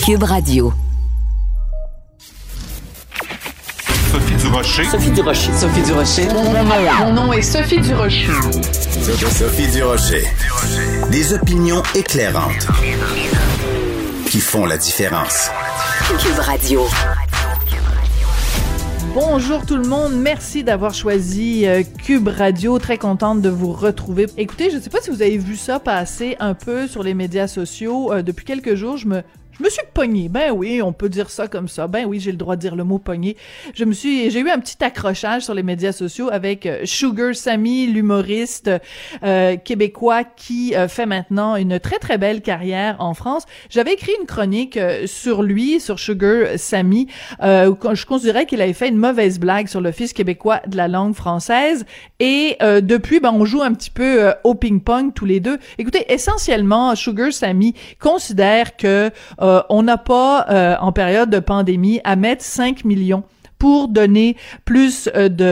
Cube Radio. Sophie Durocher. Sophie Durocher. Sophie Durocher. Mon nom est Sophie Durocher. Sophie Durocher. Des opinions éclairantes qui font la différence. Cube Radio. Bonjour tout le monde, merci d'avoir choisi Cube Radio, très contente de vous retrouver. Écoutez, je ne sais pas si vous avez vu ça passer un peu sur les médias sociaux, depuis quelques jours, je me suis pognée. Ben oui, on peut dire ça comme ça. Ben oui, j'ai le droit de dire le mot pogné. J'ai eu un petit accrochage sur les médias sociaux avec Sugar Sammy, l'humoriste québécois qui fait maintenant une très très belle carrière en France. J'avais écrit une chronique sur lui, sur Sugar Sammy, où je considérais qu'il avait fait une mauvaise blague sur l'Office québécois de la langue française. Et depuis, ben on joue un petit peu au ping-pong tous les deux. Écoutez, essentiellement, Sugar Sammy considère que on n'a pas, en période de pandémie, à mettre 5 millions pour donner plus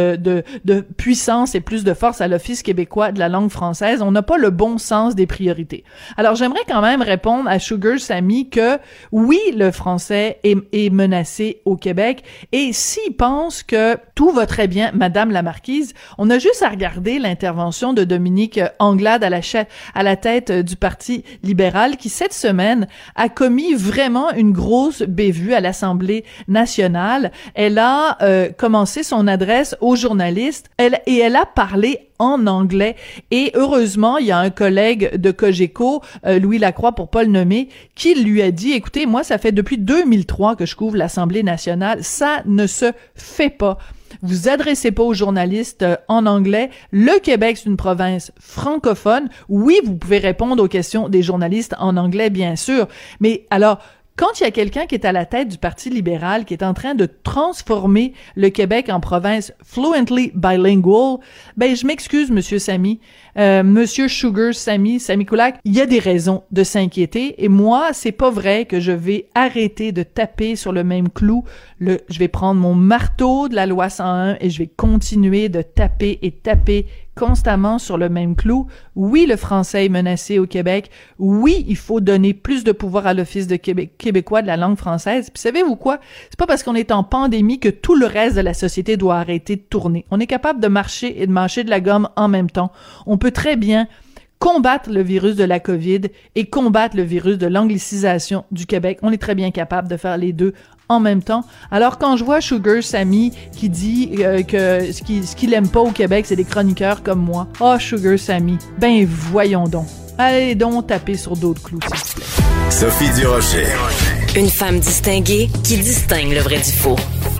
de puissance et plus de force à l'Office québécois de la langue française. On n'a pas le bon sens des priorités. Alors, j'aimerais quand même répondre à Sugar Sammy que oui, le français est menacé au Québec, et s'il pense que tout va très bien, Madame la Marquise, on a juste à regarder l'intervention de Dominique Anglade à la tête du Parti libéral, qui cette semaine a commis vraiment une grosse bévue à l'Assemblée nationale. Elle a commencé son adresse aux journalistes elle a parlé en anglais, et heureusement, il y a un collègue de Cogeco, Louis Lacroix pour pas le nommer, qui lui a dit, écoutez, moi ça fait depuis 2003 que je couvre l'Assemblée nationale, ça ne se fait pas. Vous adressez pas aux journalistes en anglais. Le Québec, c'est une province francophone. Oui, vous pouvez répondre aux questions des journalistes en anglais, bien sûr, mais alors, quand il y a quelqu'un qui est à la tête du Parti libéral, qui est en train de transformer le Québec en province fluently bilingual, ben je m'excuse, Monsieur Sammy, Monsieur Sugar Sammy Koulak, il y a des raisons de s'inquiéter, et moi, c'est pas vrai que je vais arrêter de taper sur le même clou. Je vais prendre mon marteau de la loi 101 et je vais continuer de taper et taper constamment sur le même clou. Oui, le français est menacé au Québec. Oui, il faut donner plus de pouvoir à l'Office québécois de la langue française. Puis savez-vous quoi? C'est pas parce qu'on est en pandémie que tout le reste de la société doit arrêter de tourner. On est capable de marcher et de mâcher de la gomme en même temps. On peut très bien combattre le virus de la COVID et combattre le virus de l'anglicisation du Québec. On est très bien capable de faire les deux en même temps. Alors, quand je vois Sugar Sammy qui dit que ce qu'il aime pas au Québec, c'est des chroniqueurs comme moi. Oh, Sugar Sammy, ben voyons donc. Allez donc taper sur d'autres clous, s'il vous plaît. Sophie Durocher. Une femme distinguée qui distingue le vrai du faux.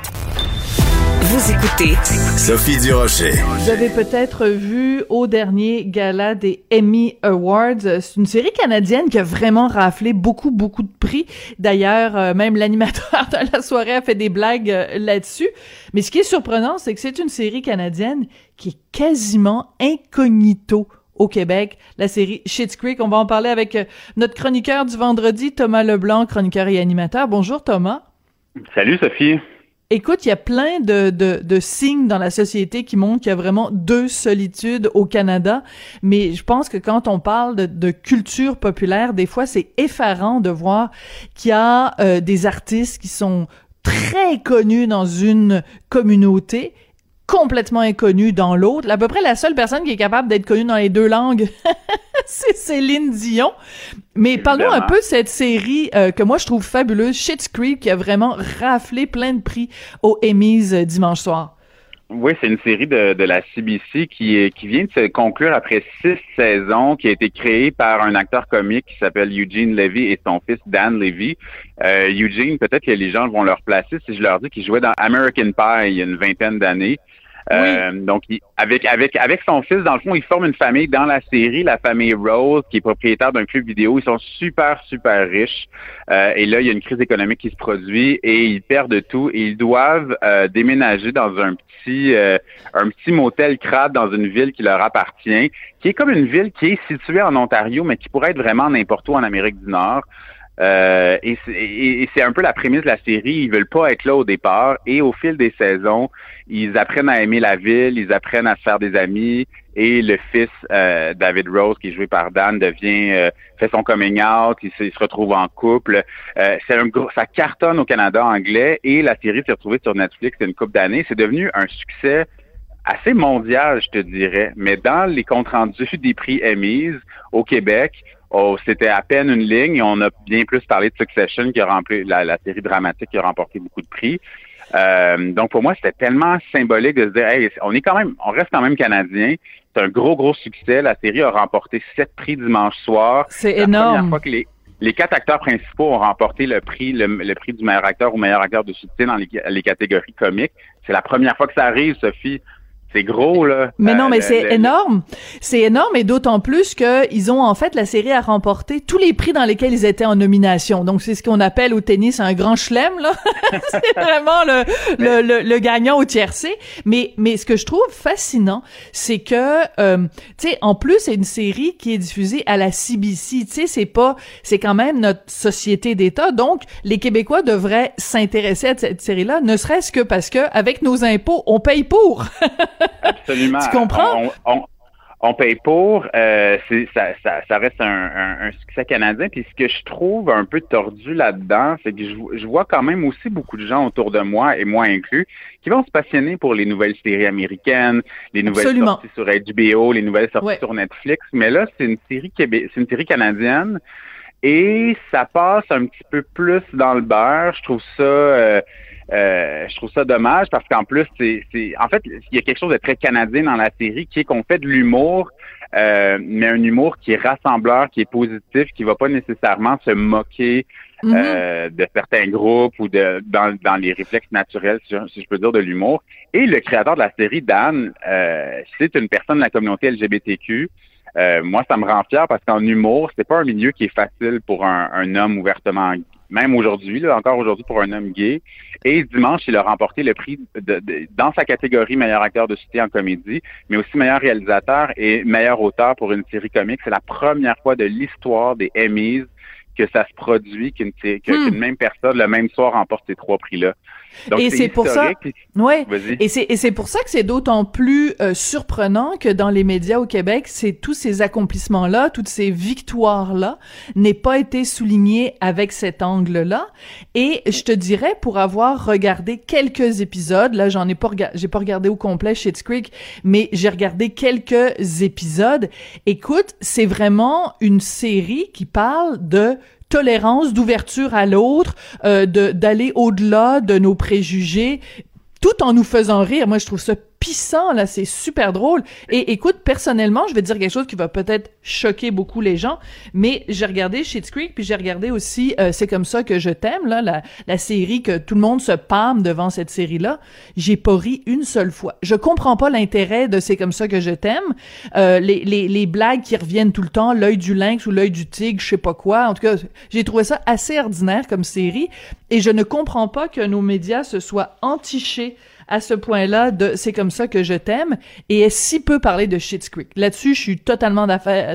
Vous écoutez Sophie Durocher. Vous avez peut-être vu au dernier gala des Emmy Awards, c'est une série canadienne qui a vraiment raflé beaucoup de prix. D'ailleurs, même l'animateur de la soirée a fait des blagues là-dessus. Mais ce qui est surprenant, c'est que c'est une série canadienne qui est quasiment incognito au Québec, la série Schitt's Creek. On va en parler avec notre chroniqueur du vendredi, Thomas Leblanc, chroniqueur et animateur. Bonjour Thomas. Salut Sophie. Écoute, il y a plein de signes dans la société qui montrent qu'il y a vraiment deux solitudes au Canada, mais je pense que quand on parle de culture populaire, des fois c'est effarant de voir qu'il y a des artistes qui sont très connus dans une communauté, complètement inconnus dans l'autre. À peu près la seule personne qui est capable d'être connue dans les deux langues, c'est Céline Dion. Mais parlons un peu de cette série que moi je trouve fabuleuse, Schitt's Creek, qui a vraiment raflé plein de prix aux Emmys dimanche soir. Oui, c'est une série de la CBC qui vient de se conclure après 6 saisons, qui a été créée par un acteur comique qui s'appelle Eugene Levy et son fils Dan Levy. Eugene, peut-être que les gens vont le replacer si je leur dis qu'il jouait dans American Pie il y a une vingtaine d'années. Oui. Donc, avec son fils, dans le fond, ils forment une famille dans la série, la famille Rose, qui est propriétaire d'un club vidéo. Ils sont super riches. Et là, il y a une crise économique qui se produit et ils perdent tout. Et ils doivent déménager dans un petit motel crade dans une ville qui leur appartient, qui est comme une ville qui est située en Ontario, mais qui pourrait être vraiment n'importe où en Amérique du Nord. Et c'est un peu la prémisse de la série. Ils veulent pas être là au départ. Et au fil des saisons, ils apprennent à aimer la ville, ils apprennent à se faire des amis. Et le fils, David Rose, qui est joué par Dan, fait son coming out. Il se retrouve en couple. Ça cartonne au Canada anglais. Et la série s'est retrouvée sur Netflix il y a une couple d'années. C'est devenu un succès assez mondial, je te dirais. Mais dans les comptes rendus des prix Emmys au Québec, c'était à peine une ligne. On a bien plus parlé de Succession, qui a rempli la série dramatique qui a remporté beaucoup de prix. Donc pour moi, c'était tellement symbolique de se dire, hey, on reste quand même canadien. C'est un gros succès. La série a remporté 7 prix dimanche soir. C'est énorme. La première fois que les 4 acteurs principaux ont remporté le prix du meilleur acteur ou meilleur acteur de soutien dans les catégories comiques. C'est la première fois que ça arrive, Sophie. C'est gros, là. Mais non, mais c'est énorme. C'est énorme, et d'autant plus que ils ont, en fait, la série a remporté tous les prix dans lesquels ils étaient en nomination. Donc, c'est ce qu'on appelle au tennis un grand chelem, là. C'est vraiment le gagnant au tiercé. Mais ce que je trouve fascinant, c'est que, tu sais, en plus, c'est une série qui est diffusée à la CBC. Tu sais, c'est quand même notre société d'État. Donc, les Québécois devraient s'intéresser à cette série-là, ne serait-ce que parce que, avec nos impôts, on paye pour. Absolument. Tu comprends? On paye pour. Ça reste un succès canadien. Puis ce que je trouve un peu tordu là-dedans, c'est que je vois quand même aussi beaucoup de gens autour de moi, et moi inclus, qui vont se passionner pour les nouvelles séries américaines, les nouvelles sorties sur HBO, les nouvelles sorties sur Netflix. Mais là, c'est une série canadienne, et ça passe un petit peu plus dans le beurre. Je trouve ça dommage, parce qu'en plus, en fait, il y a quelque chose de très canadien dans la série, qui est qu'on fait de l'humour, mais un humour qui est rassembleur, qui est positif, qui va pas nécessairement se moquer de certains groupes ou dans les réflexes naturels, si je peux dire, de l'humour. Et le créateur de la série, Dan, c'est une personne de la communauté LGBTQ. Moi, ça me rend fier, parce qu'en humour, c'est pas un milieu qui est facile pour un homme ouvertement, même aujourd'hui, là, encore aujourd'hui, pour un homme gay. Et dimanche, il a remporté le prix dans sa catégorie meilleur acteur de soutien en comédie, mais aussi meilleur réalisateur et meilleur auteur pour une série comique. C'est la première fois de l'histoire des Emmys que ça se produit, qu'une même personne, le même soir, remporte ces 3 prix-là. Donc, et c'est pour ça, ouais. Vas-y. Et c'est pour ça que c'est d'autant plus surprenant que dans les médias au Québec, c'est tous ces accomplissements-là, toutes ces victoires-là, n'aient pas été soulignés avec cet angle-là. Et je te dirais, pour avoir regardé quelques épisodes, là, j'ai pas regardé au complet Schitt's Creek, mais j'ai regardé quelques épisodes. Écoute, c'est vraiment une série qui parle de tolérance, d'ouverture à l'autre, d'aller au-delà de nos préjugés, tout en nous faisant rire. Moi, je trouve ça pissant, là, c'est super drôle. Et écoute, personnellement, je vais te dire quelque chose qui va peut-être choquer beaucoup les gens, mais j'ai regardé Schitt's Creek, puis j'ai regardé aussi C'est comme ça que je t'aime, là, la série que tout le monde se pâme devant cette série-là. J'ai pas ri une seule fois. Je comprends pas l'intérêt de C'est comme ça que je t'aime. Les blagues qui reviennent tout le temps, l'œil du lynx ou l'œil du tigre, je sais pas quoi. En tout cas, j'ai trouvé ça assez ordinaire comme série, et je ne comprends pas que nos médias se soient entichés à ce point-là de C'est comme ça que je t'aime, et est si peu parlé de Schitt's Creek. Là-dessus, je suis totalement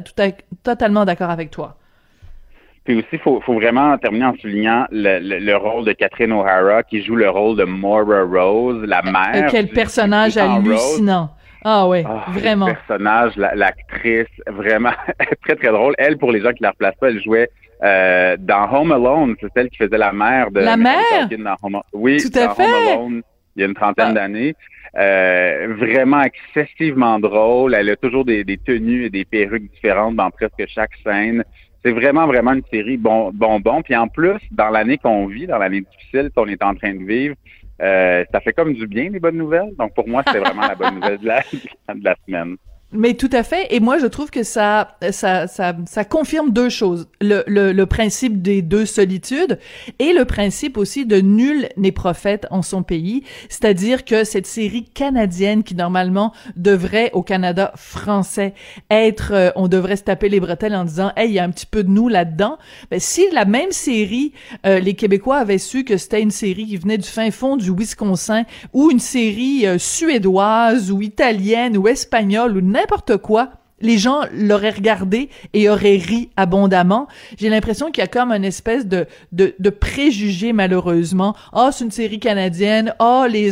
d'accord avec toi. Puis aussi, faut vraiment terminer en soulignant le rôle de Catherine O'Hara, qui joue le rôle de Maura Rose, la mère. Quel personnage hallucinant. Ah ouais, vraiment. Le personnage, l'actrice, vraiment très très drôle. Elle, pour les gens qui la replacent pas, elle jouait dans Home Alone. C'est celle qui faisait la mère de... La mère? Oui, tout à fait. Home Alone, il y a une trentaine d'années. Vraiment excessivement drôle. Elle a toujours des tenues et des perruques différentes dans presque chaque scène. C'est vraiment une série bonbon. Puis en plus, dans l'année qu'on vit, dans l'année difficile qu'on est en train de vivre, ça fait comme du bien, les bonnes nouvelles. Donc pour moi, c'est vraiment la bonne nouvelle de la semaine. Mais tout à fait. Et moi, je trouve que ça confirme deux choses. Le principe des deux solitudes et le principe aussi de nul n'est prophète en son pays. C'est-à-dire que cette série canadienne qui, normalement, devrait, au Canada français, être, on devrait se taper les bretelles en disant, hey, il y a un petit peu de nous là-dedans. Ben, si la même série, les Québécois avaient su que c'était une série qui venait du fin fond du Wisconsin, ou une série suédoise, ou italienne, ou espagnole, ou n'importe quoi, les gens l'auraient regardé et auraient ri abondamment. J'ai l'impression qu'il y a comme une espèce de préjugé, malheureusement. Ah, c'est une série canadienne. Ah, les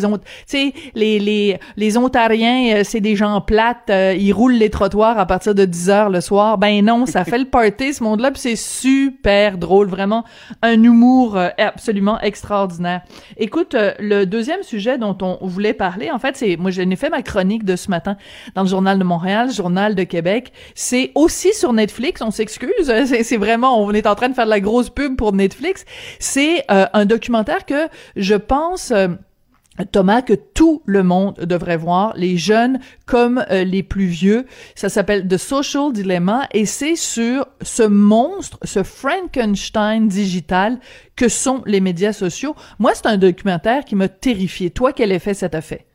Ontariens, c'est des gens plates. Ils roulent les trottoirs à partir de 10 heures le soir. Ben non, ça fait le party, ce monde-là, puis c'est super drôle. Vraiment, un humour absolument extraordinaire. Écoute, le deuxième sujet dont on voulait parler, en fait, moi, j'en ai fait ma chronique de ce matin dans le Journal de Montréal, Journal de Québec. C'est aussi sur Netflix, on s'excuse, c'est vraiment, on est en train de faire de la grosse pub pour Netflix. C'est un documentaire que je pense... Thomas, que tout le monde devrait voir, les jeunes comme les plus vieux. Ça s'appelle The Social Dilemma et c'est sur ce monstre, ce Frankenstein digital que sont les médias sociaux. Moi, c'est un documentaire qui m'a terrifié. Toi, quel effet ça t'a fait?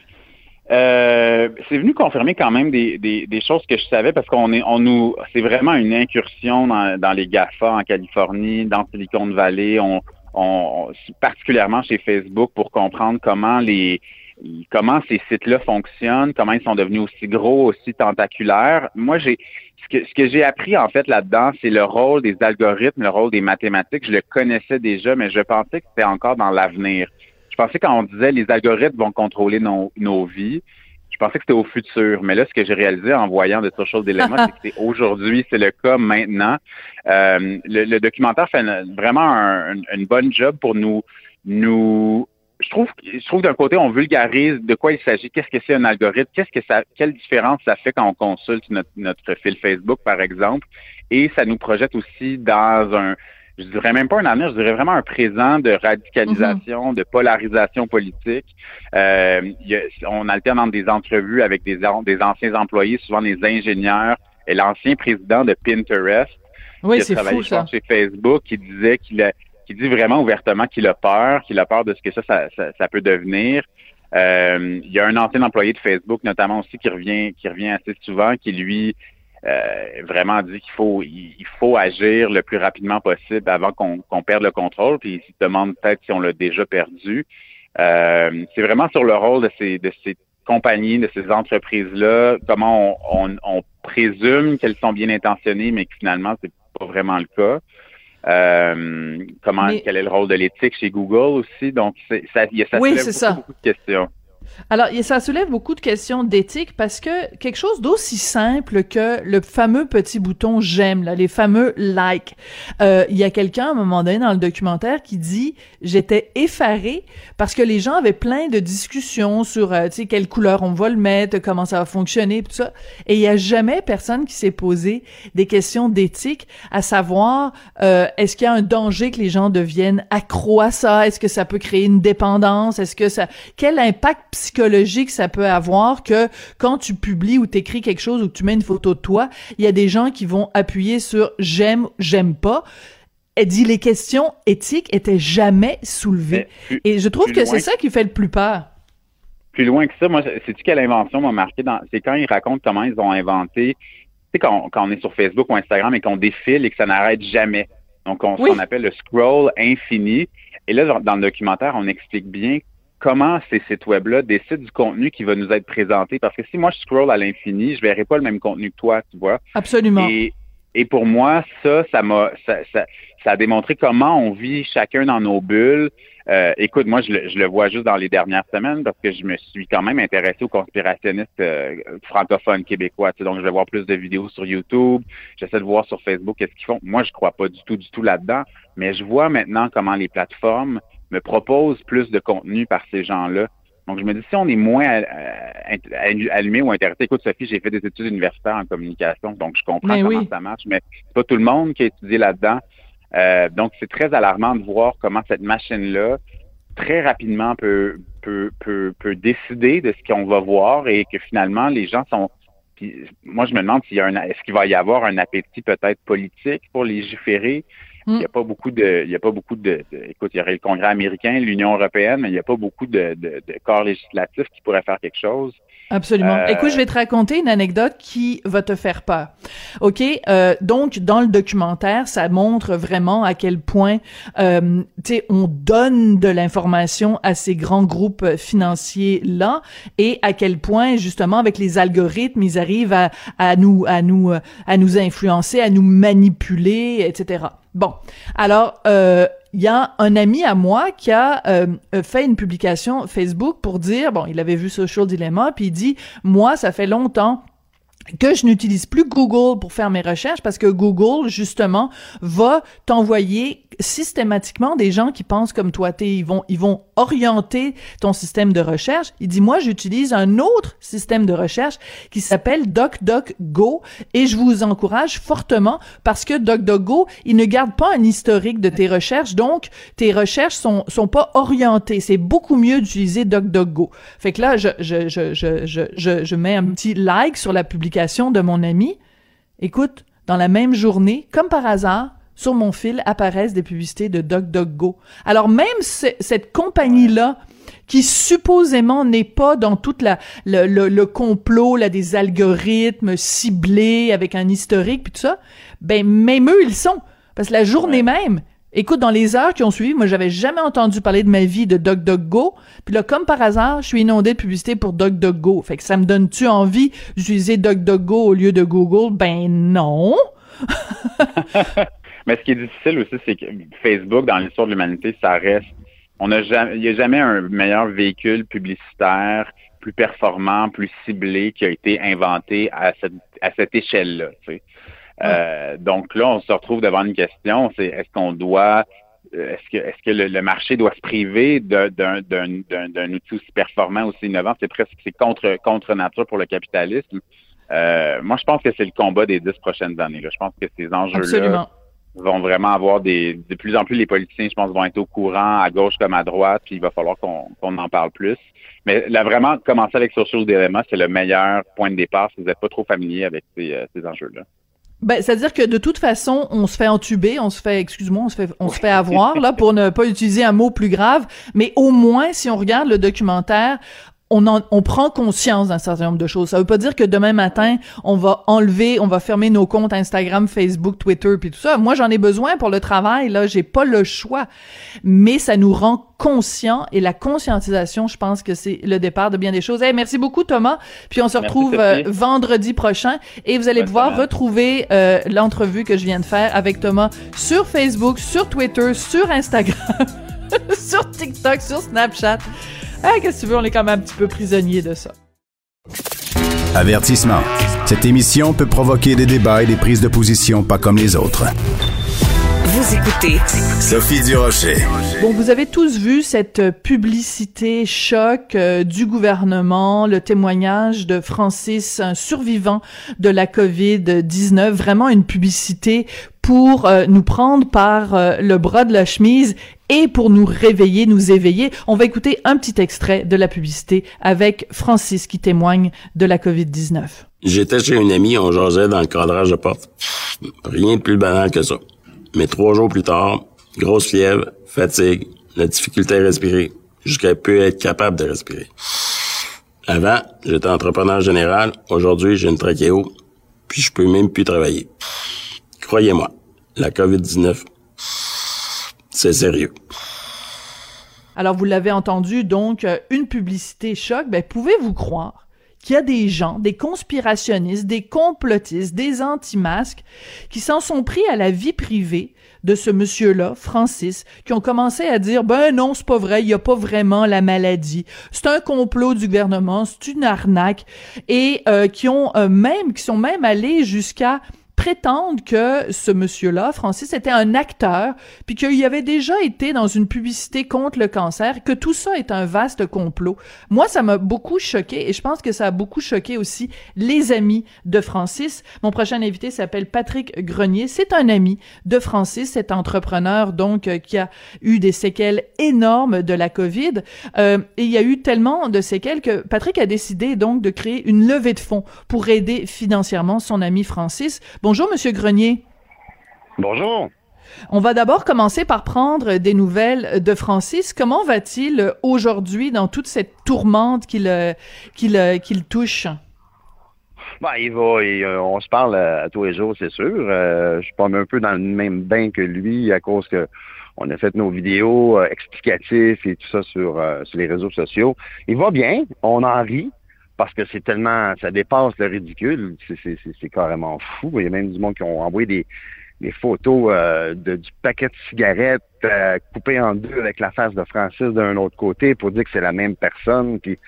C'est venu confirmer quand même des choses que je savais parce c'est vraiment une incursion dans les GAFA en Californie, dans Silicon Valley. Particulièrement chez Facebook pour comprendre comment ces sites-là fonctionnent, comment ils sont devenus aussi gros, aussi tentaculaires. Moi, ce que j'ai appris en fait là-dedans, c'est le rôle des algorithmes, le rôle des mathématiques. Je le connaissais déjà, mais je pensais que c'était encore dans l'avenir. Je pensais quand on disait les algorithmes vont contrôler nos vies, je pensais que c'était au futur. Mais là, ce que j'ai réalisé en voyant The Social Dilemma, c'est que c'est aujourd'hui, c'est le cas maintenant. Le documentaire fait vraiment une bonne job pour nous. Je trouve d'un côté, on vulgarise de quoi il s'agit, qu'est-ce que c'est un algorithme, quelle différence ça fait quand on consulte notre fil Facebook, par exemple. Et ça nous projette aussi dans je dirais même pas un avenir, je dirais vraiment un présent de radicalisation, de polarisation politique. On alterne entre des entrevues avec des anciens employés, souvent des ingénieurs, et l'ancien président de Pinterest, oui, qui a travaillé chez Facebook, qui dit vraiment ouvertement qu'il a peur de ce que ça peut devenir. Il y a un ancien employé de Facebook, notamment aussi, qui revient assez souvent, qui lui vraiment dit qu'il faut agir le plus rapidement possible avant qu'on perde le contrôle, puis il se demande peut-être si on l'a déjà perdu. C'est vraiment sur le rôle de ces compagnies, de ces entreprises-là, comment on présume qu'elles sont bien intentionnées, mais que finalement, c'est pas vraiment le cas. Quel est le rôle de l'éthique chez Google aussi? Donc, ça soulève beaucoup de questions. Alors, ça soulève beaucoup de questions d'éthique parce que quelque chose d'aussi simple que le fameux petit bouton j'aime, là, les fameux likes. Il y a quelqu'un à un moment donné dans le documentaire qui dit j'étais effaré parce que les gens avaient plein de discussions sur tu sais quelle couleur on va le mettre, comment ça va fonctionner, tout ça. Et il y a jamais personne qui s'est posé des questions d'éthique, à savoir est-ce qu'il y a un danger que les gens deviennent accros à ça, est-ce que ça peut créer une dépendance, quel impact psychologique ça peut avoir que quand tu publies ou t'écris quelque chose ou que tu mets une photo de toi, il y a des gens qui vont appuyer sur j'aime, j'aime pas. Elle dit les questions éthiques étaient jamais soulevées. Et je trouve que c'est ça qui fait le plus peur. Plus loin que ça, moi, sais-tu quelle invention m'a marqué c'est quand ils racontent comment ils ont inventé, tu sais, quand on est sur Facebook ou Instagram et qu'on défile et que ça n'arrête jamais. Donc, ce qu'on appelle le scroll infini. Et là, dans le documentaire, on explique bien comment ces sites web-là décident du contenu qui va nous être présenté. Parce que si moi, je scroll à l'infini, je verrai pas le même contenu que toi, tu vois. Absolument. Et pour moi, ça a démontré comment on vit chacun dans nos bulles. Écoute, moi, je le vois juste dans les dernières semaines parce que je me suis quand même intéressé aux conspirationnistes francophones québécois. Tu sais, donc, je vais voir plus de vidéos sur YouTube. J'essaie de voir sur Facebook qu'est-ce qu'ils font. Moi, je crois pas du tout là-dedans. Mais je vois maintenant comment les plateformes me proposent plus de contenu par ces gens-là. Donc, je me dis, si on est moins allumé ou intéressé, écoute, Sophie, j'ai fait des études universitaires en communication, donc je comprends comment ça marche, mais c'est pas tout le monde qui a étudié là-dedans. Donc, c'est très alarmant de voir comment cette machine-là, très rapidement, peut décider de ce qu'on va voir et que finalement, les gens sont... Puis, moi, je me demande est-ce qu'il va y avoir un appétit peut-être politique pour légiférer? Il n'y a pas beaucoup de, écoute, il y aurait le Congrès américain, l'Union européenne, mais il n'y a pas beaucoup de corps législatifs qui pourraient faire quelque chose. Absolument. Écoute, je vais te raconter une anecdote qui va te faire peur. OK? Donc, dans le documentaire, ça montre vraiment à quel point, tu sais, on donne de l'information à ces grands groupes financiers-là et à quel point, justement, avec les algorithmes, ils arrivent à nous influencer, à nous manipuler, etc. Bon. Alors, il y a un ami à moi qui a fait une publication Facebook pour dire, bon, il avait vu Social Dilemma, puis il dit, moi, ça fait longtemps que je n'utilise plus Google pour faire mes recherches parce que Google, justement, va t'envoyer systématiquement des gens qui pensent comme toi. Ils vont orienter ton système de recherche. Il dit, moi, j'utilise un autre système de recherche qui s'appelle DuckDuckGo et je vous encourage fortement parce que DuckDuckGo, il ne garde pas un historique de tes recherches, donc tes recherches sont pas orientées. C'est beaucoup mieux d'utiliser DuckDuckGo. Fait que là, je mets un petit like sur la publication de mon ami. Écoute, dans la même journée, comme par hasard, sur mon fil apparaissent des publicités de DuckDuckGo. Alors même cette compagnie-là, qui supposément n'est pas dans tout le complot là des algorithmes ciblés avec un historique puis tout ça, ben même eux ils sont. Parce que la journée même, écoute, dans les heures qui ont suivi, moi j'avais jamais entendu parler de ma vie de DuckDuckGo, puis là comme par hasard, je suis inondée de publicité pour DuckDuckGo. Fait que ça me donne-tu envie d'utiliser DuckDuckGo au lieu de Google? Ben non. Mais ce qui est difficile aussi, c'est que Facebook, dans l'histoire de l'humanité, ça reste... il n'y a jamais un meilleur véhicule publicitaire, plus performant, plus ciblé, qui a été inventé à cette échelle-là. Tu sais. Donc là, on se retrouve devant une question, c'est est-ce que le marché doit se priver d'un outil aussi performant, aussi innovant? C'est contre nature pour le capitalisme. Moi, je pense que c'est le combat des 10 prochaines années. Là. Je pense que ces enjeux-là vont vraiment avoir de plus en plus les politiciens, je pense, vont être au courant à gauche comme à droite, puis il va falloir qu'on en parle plus. Mais là, vraiment, commencer avec Social Dilemma, c'est le meilleur point de départ si vous n'êtes pas trop familier avec ces enjeux-là. Ben, c'est-à-dire que de toute façon, on se fait entuber, on se fait avoir, là, pour ne pas utiliser un mot plus grave. Mais au moins, si on regarde le documentaire, on prend conscience d'un certain nombre de choses. Ça veut pas dire que demain matin, on va fermer nos comptes Instagram, Facebook, Twitter, puis tout ça. Moi, j'en ai besoin pour le travail, là. J'ai pas le choix. Mais ça nous rend conscients et la conscientisation, je pense que c'est le départ de bien des choses. Hey, merci beaucoup, Thomas. Puis on se retrouve vendredi prochain et vous allez pouvoir retrouver l'entrevue que je viens de faire avec Thomas sur Facebook, sur Twitter, sur Instagram, sur TikTok, sur Snapchat. Ah, qu'est-ce que tu veux, on est quand même un petit peu prisonnier de ça. Avertissement. Cette émission peut provoquer des débats et des prises de position pas comme les autres. Vous écoutez Sophie Durocher. Bon, vous avez tous vu cette publicité choc du gouvernement, le témoignage de Francis, un survivant de la COVID-19, vraiment une publicité pour nous prendre par le bras de la chemise et pour nous réveiller, nous éveiller. On va écouter un petit extrait de la publicité avec Francis qui témoigne de la COVID-19. J'étais chez une amie, on jasait dans le cadrage de porte. Rien de plus banal que ça. Mais 3 jours plus tard, grosse fièvre, fatigue, la difficulté à respirer, jusqu'à peu être capable de respirer. Avant, j'étais entrepreneur général. Aujourd'hui, j'ai une trachéo, puis je peux même plus travailler. Croyez-moi, la COVID-19, c'est sérieux. Alors, vous l'avez entendu, donc, une publicité choc. Ben, pouvez-vous croire qu'il y a des gens, des conspirationnistes, des complotistes, des anti-masques qui s'en sont pris à la vie privée de ce monsieur-là, Francis, qui ont commencé à dire « Ben non, c'est pas vrai, il y a pas vraiment la maladie. C'est un complot du gouvernement, c'est une arnaque. » Et qui sont même allés jusqu'à prétendent que ce monsieur-là, Francis, était un acteur, puis qu'il avait déjà été dans une publicité contre le cancer, que tout ça est un vaste complot. Moi, ça m'a beaucoup choqué, et je pense que ça a beaucoup choqué aussi les amis de Francis. Mon prochain invité s'appelle Patrick Grenier. C'est un ami de Francis, cet entrepreneur, donc, qui a eu des séquelles énormes de la COVID. Et il y a eu tellement de séquelles que Patrick a décidé, donc, de créer une levée de fonds pour aider financièrement son ami Francis. Bonjour, Monsieur Grenier. Bonjour. On va d'abord commencer par prendre des nouvelles de Francis. Comment va-t-il aujourd'hui dans toute cette tourmente qu'il touche? Ben, il va, on se parle à tous les jours, c'est sûr. Je suis pas un peu dans le même bain que lui à cause que on a fait nos vidéos explicatives et tout ça sur les réseaux sociaux. Il va bien, on en rit. Parce que c'est tellement, ça dépasse le ridicule, c'est carrément fou. Il y a même du monde qui ont envoyé des photos du paquet de cigarettes coupé en deux avec la face de Francis d'un autre côté pour dire que c'est la même personne. Puis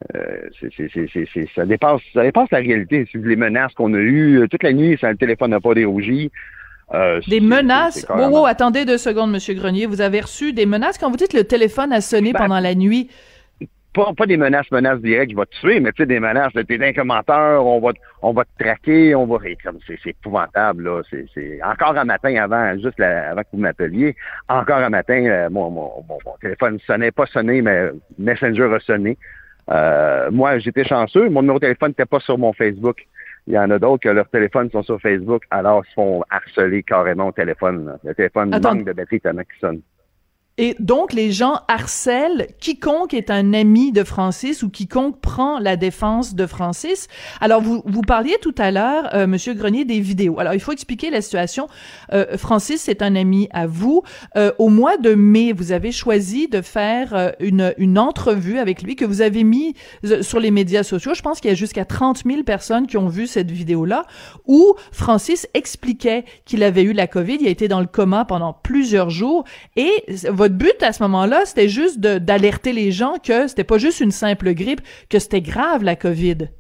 ça dépasse la réalité. C'est les menaces qu'on a eues toute la nuit, ça, le téléphone n'a pas dérougi. Des menaces? Wow, attendez 2 secondes, Monsieur Grenier. Vous avez reçu des menaces quand vous dites le téléphone a sonné pendant la nuit? Pas des menaces directes, je vais te tuer, mais tu sais, des menaces, t'es un commentaire, on va te traquer, c'est épouvantable, là. C'est encore un matin avant que vous m'appeliez, encore un matin, mon téléphone sonnait, pas sonné, mais Messenger a sonné. Moi, j'étais chanceux, mon numéro de téléphone n'était pas sur mon Facebook. Il y en a d'autres que leurs téléphones sont sur Facebook, alors ils se font harceler carrément au téléphone, là. Le téléphone manque de batterie tellement qu'il sonne. Et donc, les gens harcèlent quiconque est un ami de Francis ou quiconque prend la défense de Francis. Alors, vous parliez tout à l'heure, Monsieur Grenier, des vidéos. Alors, il faut expliquer la situation. Francis, c'est un ami à vous. Au mois de mai, vous avez choisi de faire une entrevue avec lui que vous avez mis sur les médias sociaux. Je pense qu'il y a jusqu'à 30 000 personnes qui ont vu cette vidéo-là où Francis expliquait qu'il avait eu la COVID. Il a été dans le coma pendant plusieurs jours et votre but à ce moment-là, c'était juste d'alerter les gens que c'était pas juste une simple grippe, que c'était grave la COVID.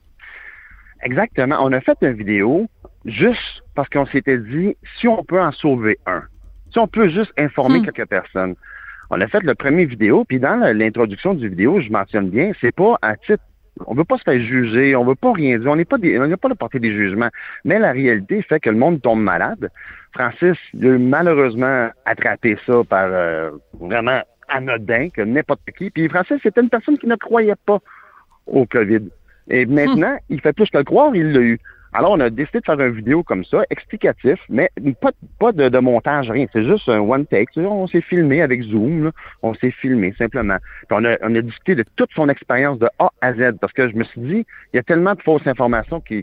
Exactement. On a fait une vidéo juste parce qu'on s'était dit, si on peut en sauver un, si on peut juste informer quelques personnes. On a fait le premier vidéo, puis dans l'introduction du vidéo, je mentionne bien, c'est pas à titre, on veut pas se faire juger, on veut pas rien dire, on n'a pas de porter des jugements, mais la réalité fait que le monde tombe malade. Francis a malheureusement attrapé ça par vraiment anodin, que n'importe qui. Puis Francis, c'était une personne qui ne croyait pas au COVID. Et maintenant, il fait plus que le croire, il l'a eu. Alors, on a décidé de faire une vidéo comme ça, explicatif, mais pas de montage, rien. C'est juste un one take. On s'est filmé avec Zoom, là. On s'est filmé, simplement. Puis on a discuté de toute son expérience de A à Z, parce que je me suis dit, il y a tellement de fausses informations qui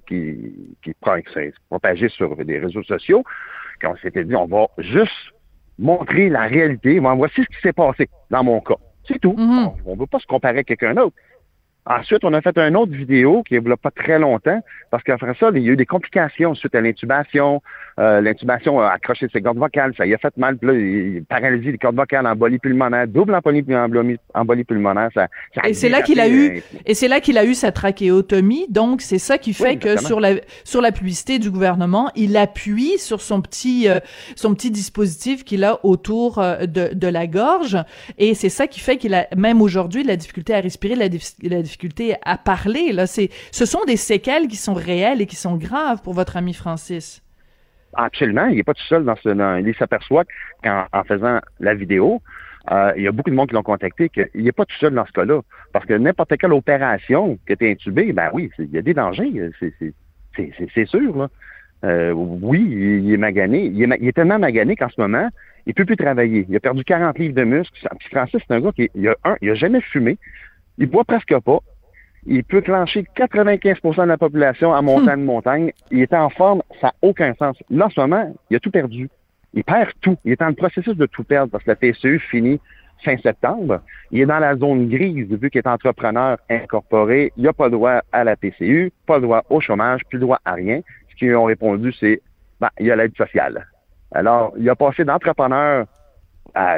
propagées sur des réseaux sociaux, qu'on s'était dit, on va juste montrer la réalité. Voici ce qui s'est passé, dans mon cas. C'est tout. On ne veut pas se comparer à quelqu'un d'autre. Ensuite, on a fait une autre vidéo qui ne pas très longtemps, parce qu'après ça, il y a eu des complications suite à l'intubation. L'intubation a accroché ses cordes vocales, ça y a fait mal. Puis là, il paralysé les cordes vocales, embolie pulmonaire, double embolie pulmonaire. Et c'est là qu'il a eu sa trachéotomie. Donc, c'est ça qui fait que sur la publicité du gouvernement, il appuie sur son petit dispositif qu'il a autour de la gorge. Et c'est ça qui fait qu'il a, même aujourd'hui, de la difficulté à respirer, la difficulté à parler. Là, ce sont des séquelles qui sont réelles et qui sont graves pour votre ami Francis. Absolument. Il n'est pas tout seul il s'aperçoit qu'en faisant la vidéo, il y a beaucoup de monde qui l'ont contacté qu'il n'est pas tout seul dans ce cas-là. Parce que n'importe quelle opération que tu es intubé, ben oui, il y a des dangers. C'est sûr, là. Oui, il est magané. Il est tellement magané qu'en ce moment, il peut plus travailler. Il a perdu 40 livres de muscles. Puis Francis, c'est un gars il a jamais fumé. Il boit presque pas. Il peut clencher 95% de la population en montagne de montagne. Il est en forme, ça n'a aucun sens. Là, en ce moment, il a tout perdu. Il perd tout. Il est dans le processus de tout perdre parce que la PCU finit fin septembre. Il est dans la zone grise vu qu'il est entrepreneur incorporé. Il n'a pas droit à la PCU, pas droit au chômage, plus droit à rien. Ce qu'ils ont répondu, c'est il y a l'aide sociale. Alors, il a passé d'entrepreneur à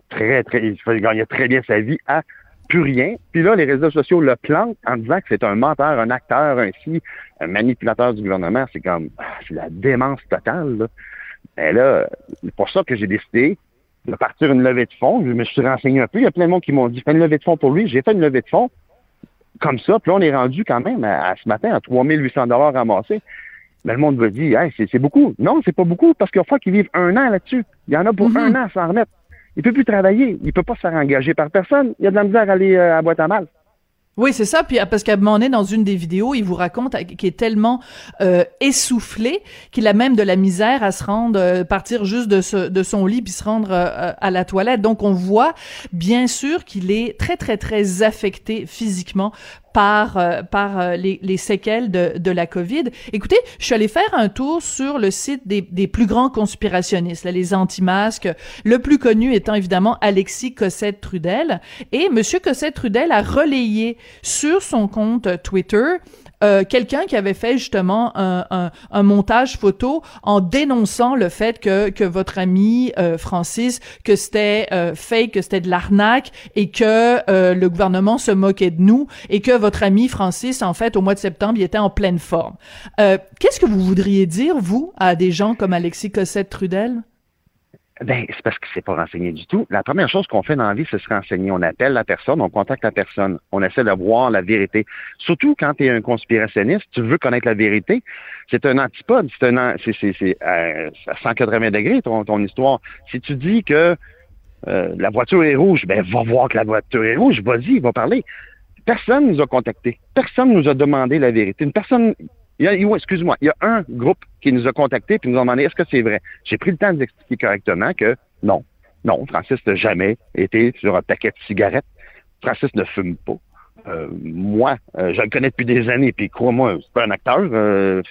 il gagne très bien sa vie à plus rien. Puis là, les réseaux sociaux le plantent en disant que c'est un menteur, un acteur, un manipulateur du gouvernement. C'est la démence totale, là. Et là, c'est pour ça que j'ai décidé de partir une levée de fonds. Je me suis renseigné un peu. Il y a plein de monde qui m'ont dit, fais une levée de fonds pour lui. J'ai fait une levée de fonds comme ça. Puis là, on est rendu quand même à ce matin à 3 800 $ ramassés. Mais le monde va dire, hey, c'est beaucoup. Non, c'est pas beaucoup parce qu'il faut qu'ils vivent 1 an là-dessus. Il y en a pour 1 an à s'en remettre. Il peut plus travailler. Il peut pas se faire engager par personne. Il y a de la misère à aller à boîte à mal. Oui, c'est ça. Puis parce qu'à un moment donné, dans une des vidéos, il vous raconte qu'il est tellement essoufflé qu'il a même de la misère à se rendre, partir juste de son lit puis se rendre à la toilette. Donc, on voit bien sûr qu'il est très, très, très affecté physiquement par les séquelles de la COVID. Écoutez, je suis allée faire un tour sur le site des plus grands conspirationnistes, là, les anti-masques, le plus connu étant évidemment Alexis Cossette-Trudel. Et Monsieur Cossette-Trudel a relayé sur son compte Twitter quelqu'un qui avait fait justement un montage photo en dénonçant le fait que votre ami Francis, que c'était fake, que c'était de l'arnaque et que le gouvernement se moquait de nous et que votre ami Francis, en fait, au mois de septembre, il était en pleine forme. Qu'est-ce que vous voudriez dire, vous, à des gens comme Alexis Cossette-Trudel? Ben, c'est parce que c'est pas renseigné du tout. La première chose qu'on fait dans la vie, c'est se renseigner. On appelle la personne, on contacte la personne, on essaie de voir la vérité. Surtout quand tu es un conspirationniste, tu veux connaître la vérité. C'est un antipode, c'est à 180 degrés ton histoire. Si tu dis que la voiture est rouge, ben va voir que la voiture est rouge, vas-y, va parler. Personne nous a contactés. Personne nous a demandé la vérité. Il y a un groupe qui nous a contactés puis nous a demandé est-ce que c'est vrai. J'ai pris le temps d'expliquer correctement que non, Francis n'a jamais été sur un paquet de cigarettes. Francis ne fume pas. Moi, je le connais depuis des années, puis crois-moi, c'est pas un acteur.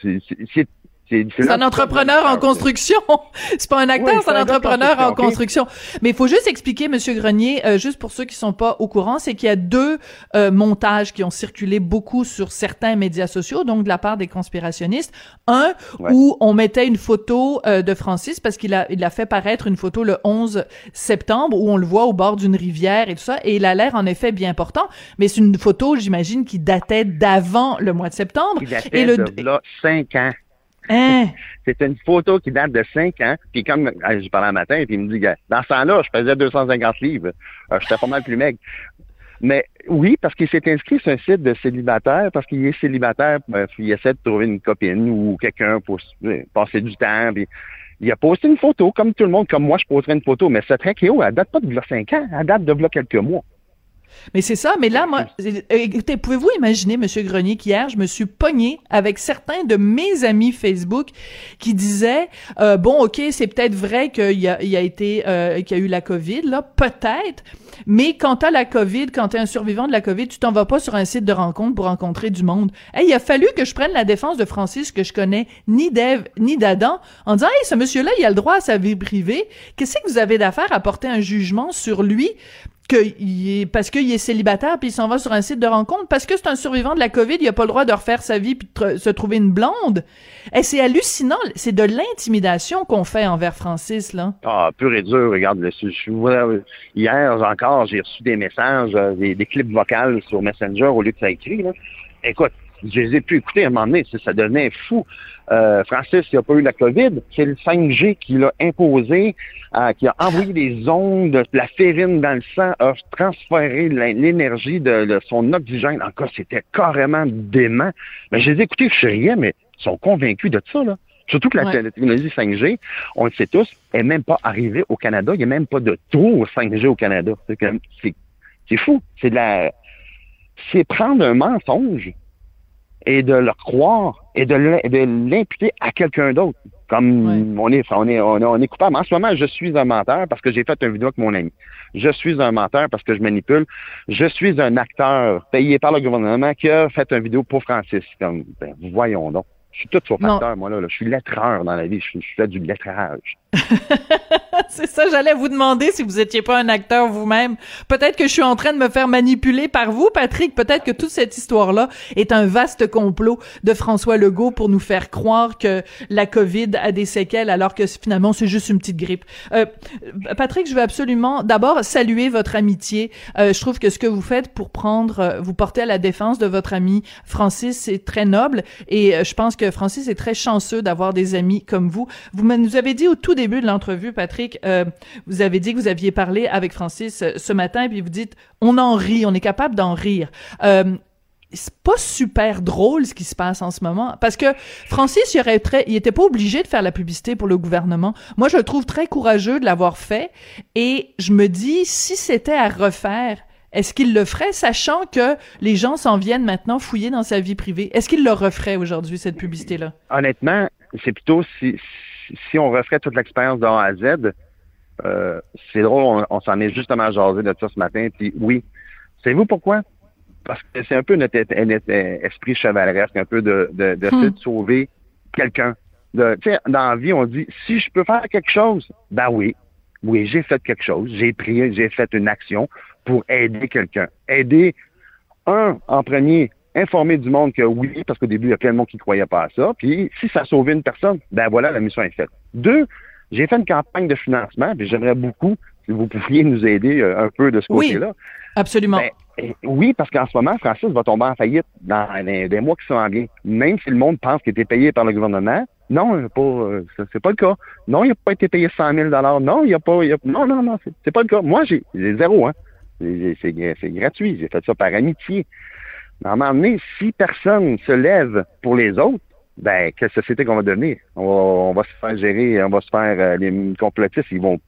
C'est un entrepreneur en construction. C'est pas un acteur, oui, c'est un entrepreneur en construction. Mais il faut juste expliquer, Monsieur Grenier, juste pour ceux qui sont pas au courant, c'est qu'il y a deux montages qui ont circulé beaucoup sur certains médias sociaux, donc de la part des conspirationnistes. Un, où on mettait une photo de Francis, parce qu'il a fait paraître une photo le 11 septembre, où on le voit au bord d'une rivière et tout ça, et il a l'air en effet bien portant, mais c'est une photo, j'imagine, qui datait d'avant le mois de septembre. Qui datait de là 5 ans. Hein? C'est une photo qui date de 5 ans. Puis comme j'ai parlé un matin, puis il me dit, dans ce temps-là, je pesais 250 livres. J'étais pas mal plus maigre. Mais oui, parce qu'il s'est inscrit sur un site de célibataire, parce qu'il est célibataire, il essaie de trouver une copine ou quelqu'un pour passer du temps. Puis il a posté une photo, comme tout le monde, comme moi, je poserais une photo. Mais cette Trekio, elle date pas de 5 ans, elle date de quelques mois. Mais c'est ça, mais là, moi, écoutez, pouvez-vous imaginer, Monsieur Grenier, qu'hier, je me suis pognée avec certains de mes amis Facebook qui disaient, bon, ok, c'est peut-être vrai qu'il y a eu la COVID, là, peut-être, mais quand t'as la COVID, quand t'es un survivant de la COVID, tu t'en vas pas sur un site de rencontre pour rencontrer du monde. Hey, il a fallu que je prenne la défense de Francis, que je connais ni d'Ève, ni d'Adam, en disant, hey, ce monsieur-là, il a le droit à sa vie privée. Qu'est-ce que vous avez d'affaire à porter un jugement sur lui? Parce qu'il est célibataire puis il s'en va sur un site de rencontre, parce que c'est un survivant de la COVID, il a pas le droit de refaire sa vie puis de se trouver une blonde. Et c'est hallucinant, c'est de l'intimidation qu'on fait envers Francis, là. Ah, pur et dur, regarde, hier encore, j'ai reçu des messages, des clips vocaux sur Messenger au lieu que ça écrit, là. Écoute, je les ai pu écouter à un moment donné, ça devenait fou. Francis, il n'a pas eu la COVID, c'est le 5G qui l'a imposé, qui a envoyé des ondes, de la férine dans le sang, a transféré l'énergie de son oxygène. En cas, c'était carrément dément. Mais je les ai écoutés, je riais, mais ils sont convaincus de ça, là. Surtout que la technologie 5G, on le sait tous, n'est même pas arrivée au Canada. Il n'y a même pas de tour 5G au Canada. C'est fou. C'est prendre un mensonge et de le croire et de l'imputer à quelqu'un d'autre. Comme on est coupable. En ce moment, je suis un menteur parce que j'ai fait une vidéo avec mon ami. Je suis un menteur parce que je manipule. Je suis un acteur payé par le gouvernement qui a fait une vidéo pour Francis. Voyons donc. Je suis tout sauf acteur, moi, là. Je suis lettreur dans la vie. Je fais du lettrage. C'est ça, j'allais vous demander si vous étiez pas un acteur vous-même. Peut-être que je suis en train de me faire manipuler par vous, Patrick. Peut-être que toute cette histoire-là est un vaste complot de François Legault pour nous faire croire que la COVID a des séquelles alors que finalement c'est juste une petite grippe. Patrick, je veux absolument d'abord saluer votre amitié. Je trouve que ce que vous faites pour vous porter à la défense de votre ami Francis, c'est très noble et je pense que Francis est très chanceux d'avoir des amis comme vous. Vous nous avez dit au tout début de l'entrevue, Patrick, vous avez dit que vous aviez parlé avec Francis ce matin, puis vous dites, on en rit, on est capable d'en rire. C'est pas super drôle ce qui se passe en ce moment, parce que Francis, il était pas obligé de faire la publicité pour le gouvernement. Moi, je le trouve très courageux de l'avoir fait, et je me dis, si c'était à refaire, est-ce qu'il le ferait, sachant que les gens s'en viennent maintenant fouiller dans sa vie privée? Est-ce qu'il le referait aujourd'hui, cette publicité-là? Honnêtement, c'est plutôt si on referait toute l'expérience de A à Z, c'est drôle, on s'en est justement jasé de ça ce matin, puis oui. Savez-vous pourquoi? Parce que c'est un peu notre esprit chevaleresque, un peu d'essayer de sauver quelqu'un. Tu sais, dans la vie, on dit, si je peux faire quelque chose, ben oui, j'ai fait quelque chose, j'ai fait une action pour aider quelqu'un. Aider, en premier, informer du monde que oui, parce qu'au début, il y a plein de monde qui ne croyait pas à ça, puis si ça sauvait une personne, ben voilà, la mission est faite. 2, j'ai fait une campagne de financement, puis j'aimerais beaucoup, si vous pouviez nous aider un peu de ce côté-là. Absolument. Oui, parce qu'en ce moment, Francis va tomber en faillite dans des mois qui s'en viennent. Même si le monde pense qu'il a été payé par le gouvernement, non, c'est pas le cas. Non, il n'a pas été payé 100 000 $. Non, non, c'est pas le cas. Moi, j'ai 0, hein. C'est gratuit. J'ai fait ça par amitié. Mais à un moment donné, si personne se lève pour les autres, ben, quelle société qu'on va devenir? On va se faire gérer, on va se faire, les complotistes, ils vont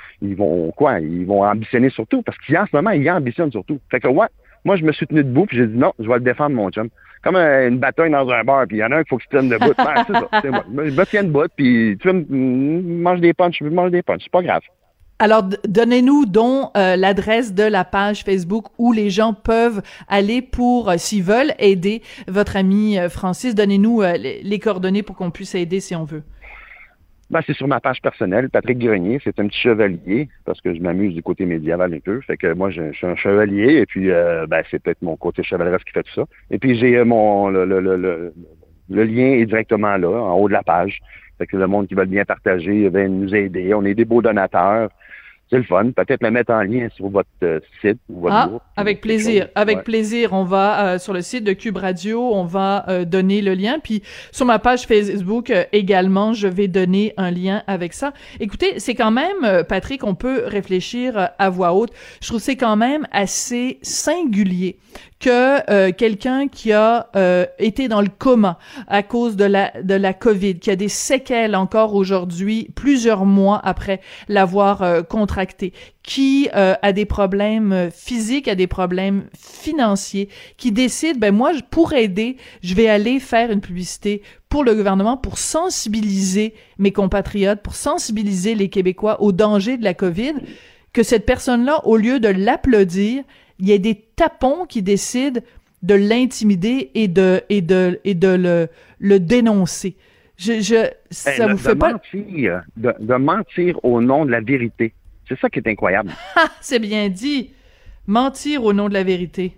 ambitionner surtout, parce qu'en ce moment, ils ambitionnent surtout. Fait que, ouais, moi, je me suis tenu debout, puis j'ai dit non, je vais le défendre, mon chum. Comme une bataille dans un bar, puis il y en a un qu'il faut qu'il se tienne debout. Ben, c'est ça, c'est moi. Je me tiens debout, puis tu veux mange des punchs, c'est pas grave. Alors, donnez-nous donc l'adresse de la page Facebook où les gens peuvent aller pour, s'ils veulent aider votre ami Francis. Donnez-nous les coordonnées pour qu'on puisse aider si on veut. Ben, c'est sur ma page personnelle, Patrick Grenier. C'est un petit chevalier, parce que je m'amuse du côté médiéval un peu. Fait que moi, je suis un chevalier, et puis ben, c'est peut-être mon côté chevaleresque qui fait tout ça. Et puis j'ai le lien est directement là, en haut de la page. Fait que le monde qui veut bien partager, va nous aider. On est des beaux donateurs. C'est le fun. Peut-être le mettre en lien sur votre site ou votre groupe. Avec plaisir. Avec plaisir. On va sur le site de Cube Radio, on va donner le lien. Puis sur ma page Facebook également, je vais donner un lien avec ça. Écoutez, c'est quand même, Patrick, on peut réfléchir à voix haute. Je trouve que c'est quand même assez singulier que quelqu'un qui a été dans le coma à cause de la COVID, qui a des séquelles encore aujourd'hui, plusieurs mois après l'avoir contracté, qui a des problèmes physiques, a des problèmes financiers, qui décide, ben moi, pour aider, je vais aller faire une publicité pour le gouvernement, pour sensibiliser mes compatriotes, pour sensibiliser les Québécois au danger de la COVID, que cette personne-là, au lieu de l'applaudir, il y a des tapons qui décident de l'intimider et de le dénoncer. Ça vous fait pas... De mentir au nom de la vérité. C'est ça qui est incroyable. C'est bien dit. Mentir au nom de la vérité.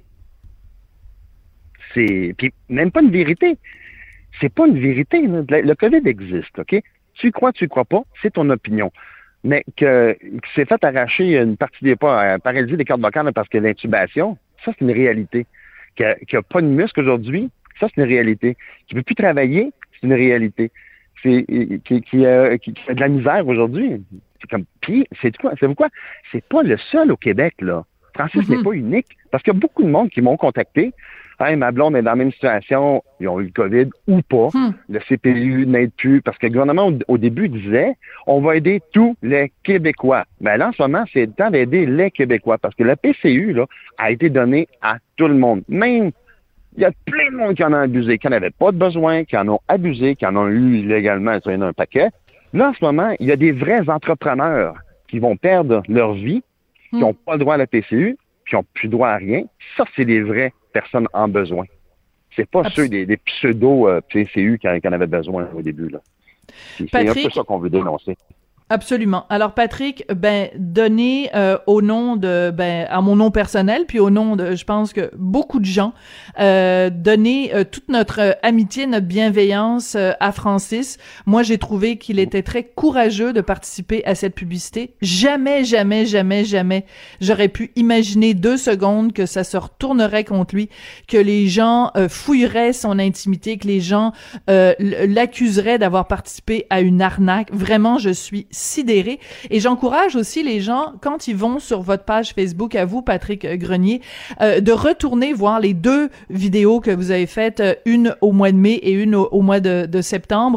Puis même pas une vérité. C'est pas une vérité. Le COVID existe, OK? Tu y crois pas, c'est ton opinion. Mais que s'est fait arracher une partie des pas, paralysie des cordes vocales parce que l'intubation, ça, c'est une réalité. Qu'il n'y a pas de muscle aujourd'hui, ça, c'est une réalité. Qui ne peut plus travailler, c'est une réalité. Qui a de la misère aujourd'hui. C'est comme, puis, c'est quoi? C'est pas le seul au Québec, là. Francis n'est pas unique. Parce qu'il y a beaucoup de monde qui m'ont contacté. Hey, ma blonde est dans la même situation, ils ont eu le COVID ou pas. Le CPU n'aide plus parce que le gouvernement, au début, disait on va aider tous les Québécois. Mais là, en ce moment, c'est le temps d'aider les Québécois parce que la PCU là, a été donnée à tout le monde. Même, il y a plein de monde qui en a abusé, qui n'en avait pas de besoin, qui en ont abusé, qui en ont eu illégalement, il y en a un paquet. Là, en ce moment, il y a des vrais entrepreneurs qui vont perdre leur vie, qui n'ont pas le droit à la PCU, qui n'ont plus droit à rien. Ça, c'est des vraies personnes en besoin. C'est pas ceux des pseudo-PCU qui en avaient besoin au début, là. C'est un peu ça qu'on veut dénoncer. Absolument. Alors Patrick, donnez au nom de à mon nom personnel puis au nom de je pense que beaucoup de gens donnez toute notre amitié, notre bienveillance à Francis. Moi, j'ai trouvé qu'il était très courageux de participer à cette publicité. Jamais j'aurais pu imaginer 2 secondes que ça se retournerait contre lui, que les gens fouilleraient son intimité, que les gens l'accuseraient d'avoir participé à une arnaque. Vraiment, je suis sidéré. Et j'encourage aussi les gens, quand ils vont sur votre page Facebook, à vous, Patrick Grenier, de retourner voir les 2 vidéos que vous avez faites, une au mois de mai et une au mois de septembre,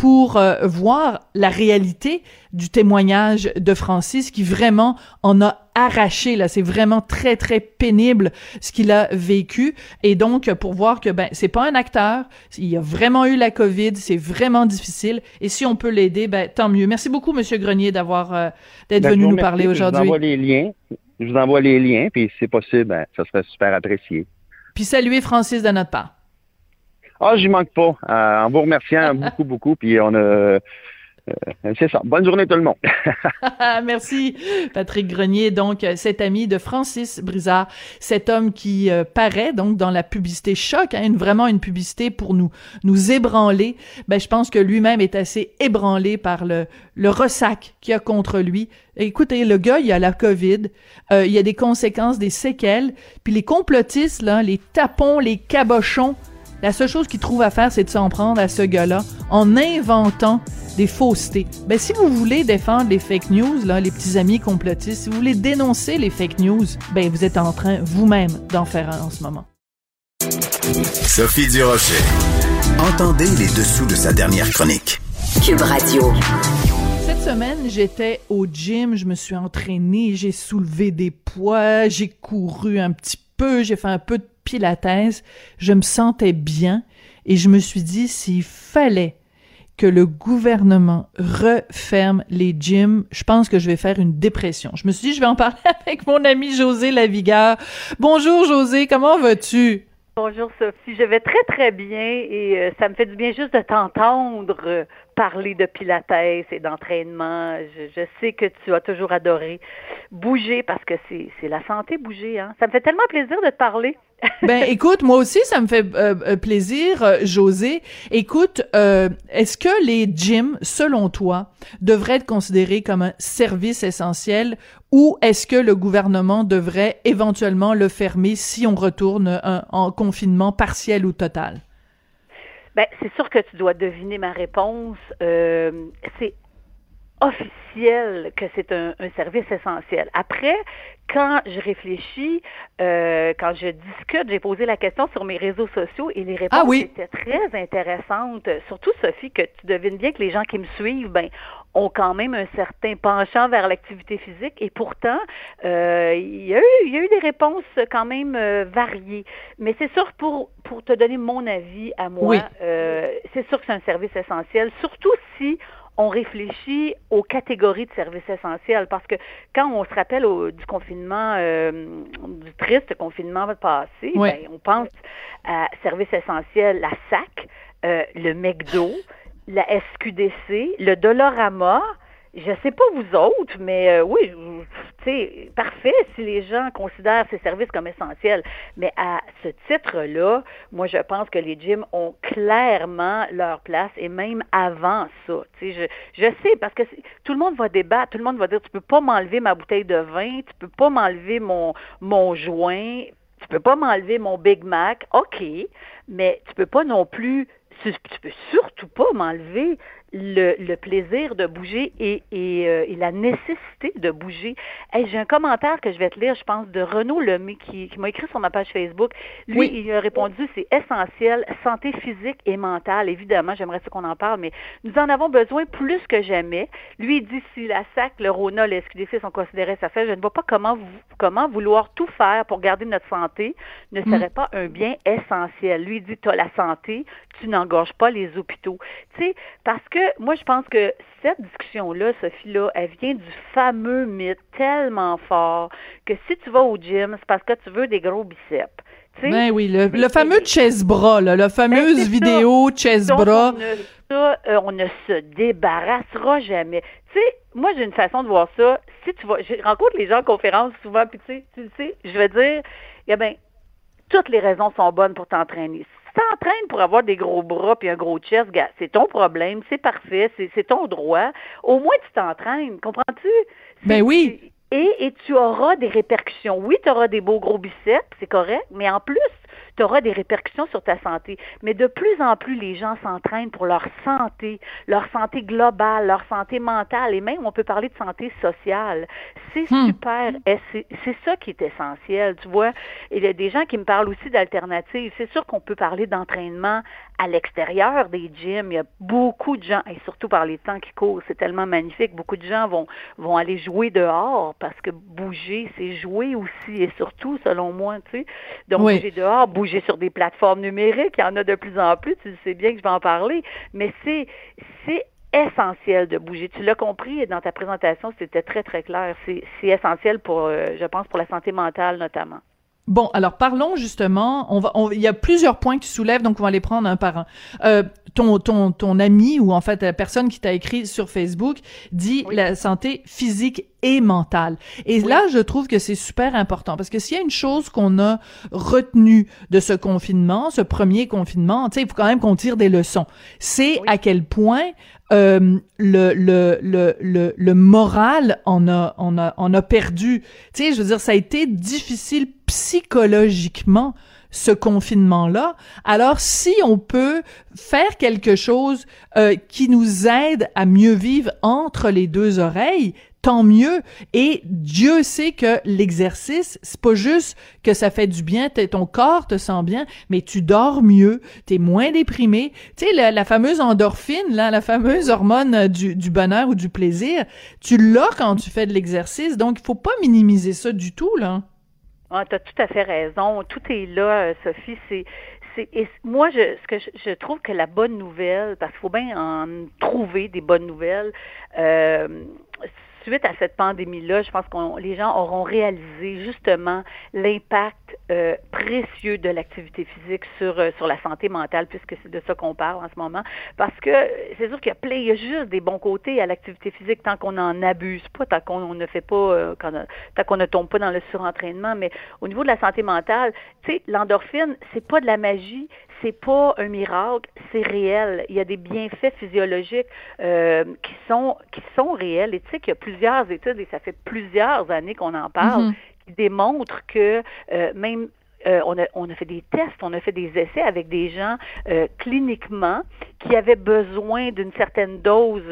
pour voir la réalité du témoignage de Francis, qui vraiment en a arraché, là. C'est vraiment très, très pénible ce qu'il a vécu. Et donc, pour voir que, c'est pas un acteur, il a vraiment eu la COVID, c'est vraiment difficile. Et si on peut l'aider, tant mieux. Merci beaucoup, Monsieur Grenier, d'être venu nous parler aujourd'hui. Je vous envoie les liens, puis si c'est possible, ça serait super apprécié. Puis saluez Francis de notre part. J'y manque pas. En vous remerciant beaucoup, puis on a... c'est ça. Bonne journée tout le monde. Merci, Patrick Grenier. Donc, cet ami de Francis Brizard, cet homme qui paraît donc dans la publicité Choc, vraiment une publicité pour nous ébranler. Je pense que lui-même est assez ébranlé par le ressac qu'il y a contre lui. Écoutez, le gars, il a la COVID, il y a des conséquences, des séquelles, puis les complotistes, là, les tapons, les cabochons, la seule chose qu'ils trouvent à faire, c'est de s'en prendre à ce gars-là en inventant des faussetés. Si vous voulez défendre les fake news, là, les petits amis complotistes, si vous voulez dénoncer les fake news, vous êtes en train vous-même d'en faire un en ce moment. Sophie Durocher. Entendez les dessous de sa dernière chronique. Cube Radio. Cette semaine, j'étais au gym, je me suis entraînée, j'ai soulevé des poids, j'ai couru un petit peu, j'ai fait un peu de pilates, je me sentais bien et je me suis dit, s'il fallait que le gouvernement referme les gyms, je pense que je vais faire une dépression. Je me suis dit, je vais en parler avec mon ami José Lavigueur. Bonjour José, comment vas-tu? Bonjour Sophie, je vais très très bien et ça me fait du bien juste de t'entendre parler de pilates et d'entraînement. Je sais que tu as toujours adoré bouger parce que c'est la santé, bouger, hein. Ça me fait tellement plaisir de te parler. Écoute, moi aussi, ça me fait plaisir, José. Écoute, est-ce que les gyms, selon toi, devraient être considérés comme un service essentiel ou est-ce que le gouvernement devrait éventuellement le fermer si on retourne en confinement partiel ou total? C'est sûr que tu dois deviner ma réponse. C'est officiel que c'est un service essentiel. Après, quand je réfléchis, quand je discute, j'ai posé la question sur mes réseaux sociaux et les réponses étaient très intéressantes. Surtout, Sophie, que tu devines bien que les gens qui me suivent, ont quand même un certain penchant vers l'activité physique et pourtant, il y a eu des réponses quand même variées. Mais c'est sûr, pour te donner mon avis à moi, c'est sûr que c'est un service essentiel, surtout si on réfléchit aux catégories de services essentiels parce que quand on se rappelle du confinement, du triste confinement passé, on pense à services essentiels, la SAC, le McDo, la SQDC, le Dollarama. Je sais pas vous autres, mais oui, tu sais, parfait si les gens considèrent ces services comme essentiels. Mais à ce titre-là, moi, je pense que les gyms ont clairement leur place et même avant ça. Tu sais, je sais parce que tout le monde va débattre, tout le monde va dire, tu peux pas m'enlever ma bouteille de vin, tu peux pas m'enlever mon joint, tu peux pas m'enlever mon Big Mac. OK, mais tu peux pas non plus, tu peux surtout pas m'enlever le plaisir de bouger et la nécessité de bouger. Hey, j'ai un commentaire que je vais te lire, je pense, de Renaud Lemay qui m'a écrit sur ma page Facebook. Lui, il a répondu, c'est essentiel, santé physique et mentale. Évidemment, j'aimerais ça qu'on en parle, mais nous en avons besoin plus que jamais. Lui, il dit, si la SAC, le RONA, le SQDC sont considérés ça fait, je ne vois pas comment vouloir tout faire pour garder notre santé ne serait pas un bien essentiel. Lui, il dit, tu as la santé, tu n'engorges pas les hôpitaux. Tu sais, parce que moi, je pense que cette discussion-là, Sophie-là, elle vient du fameux mythe tellement fort que si tu vas au gym, c'est parce que tu veux des gros biceps. Ben oui, le fameux chest-bras, là, la fameuse vidéo chest-bras. On ne se débarrassera jamais. Tu sais, moi, j'ai une façon de voir ça. Si tu vas, je rencontre les gens en conférence souvent, puis tu sais, je vais dire, toutes les raisons sont bonnes pour t'entraîner. Si tu t'entraînes pour avoir des gros bras puis un gros chest, c'est ton problème, c'est parfait, c'est ton droit. Au moins, tu t'entraînes, comprends-tu? Ben oui. Et tu auras des répercussions. Oui, tu auras des beaux gros biceps, c'est correct, mais en plus, tu auras des répercussions sur ta santé. Mais de plus en plus, les gens s'entraînent pour leur santé globale, leur santé mentale, et même on peut parler de santé sociale. C'est super, c'est ça qui est essentiel, tu vois. Il y a des gens qui me parlent aussi d'alternatives. C'est sûr qu'on peut parler d'entraînement à l'extérieur des gyms. Il y a beaucoup de gens, et surtout par les temps qui courent, c'est tellement magnifique, beaucoup de gens vont aller jouer dehors parce que bouger, c'est jouer aussi, et surtout, selon moi, tu sais. Donc, bouger dehors, bouger sur des plateformes numériques, il y en a de plus en plus, tu sais bien que je vais en parler, mais c'est essentiel de bouger. Tu l'as compris dans ta présentation, c'était très, très clair. C'est essentiel pour, je pense, pour la santé mentale notamment. Bon, alors parlons justement, il y a plusieurs points que tu soulèves, donc on va les prendre un par un. Ton ami, ou en fait la personne qui t'a écrit sur Facebook, dit la santé physique et mentale. Et là, je trouve que c'est super important, parce que s'il y a une chose qu'on a retenue de ce confinement, ce premier confinement, tu sais, il faut quand même qu'on tire des leçons. C'est à quel point le moral en a perdu. Tu sais, je veux dire, ça a été difficile psychologiquement, ce confinement-là. Alors, si on peut faire quelque chose qui nous aide à mieux vivre entre les deux oreilles, tant mieux. Et Dieu sait que l'exercice, c'est pas juste que ça fait du bien, ton corps te sent bien, mais tu dors mieux, t'es moins déprimé. Tu sais, la fameuse endorphine, là, la fameuse hormone du bonheur ou du plaisir, tu l'as quand tu fais de l'exercice, donc il faut pas minimiser ça du tout, là. Ah, tu as tout à fait raison. Tout est là, Sophie. Et moi, je trouve que la bonne nouvelle, parce qu'il faut bien en trouver des bonnes nouvelles, suite à cette pandémie-là, je pense que les gens auront réalisé justement l'impact précieux de l'activité physique sur la santé mentale, puisque c'est de ça qu'on parle en ce moment. Parce que c'est sûr qu'il y a juste des bons côtés à l'activité physique tant qu'on n'en abuse pas, tant qu'on ne fait pas, tant qu'on ne tombe pas dans le surentraînement. Mais au niveau de la santé mentale, tu sais, l'endorphine, c'est pas de la magie. C'est pas un miracle, c'est réel. Il y a des bienfaits physiologiques qui sont réels. Et tu sais qu'il y a plusieurs études, et ça fait plusieurs années qu'on en parle, qui démontrent que même on a fait des tests, on a fait des essais avec des gens cliniquement qui avaient besoin d'une certaine dose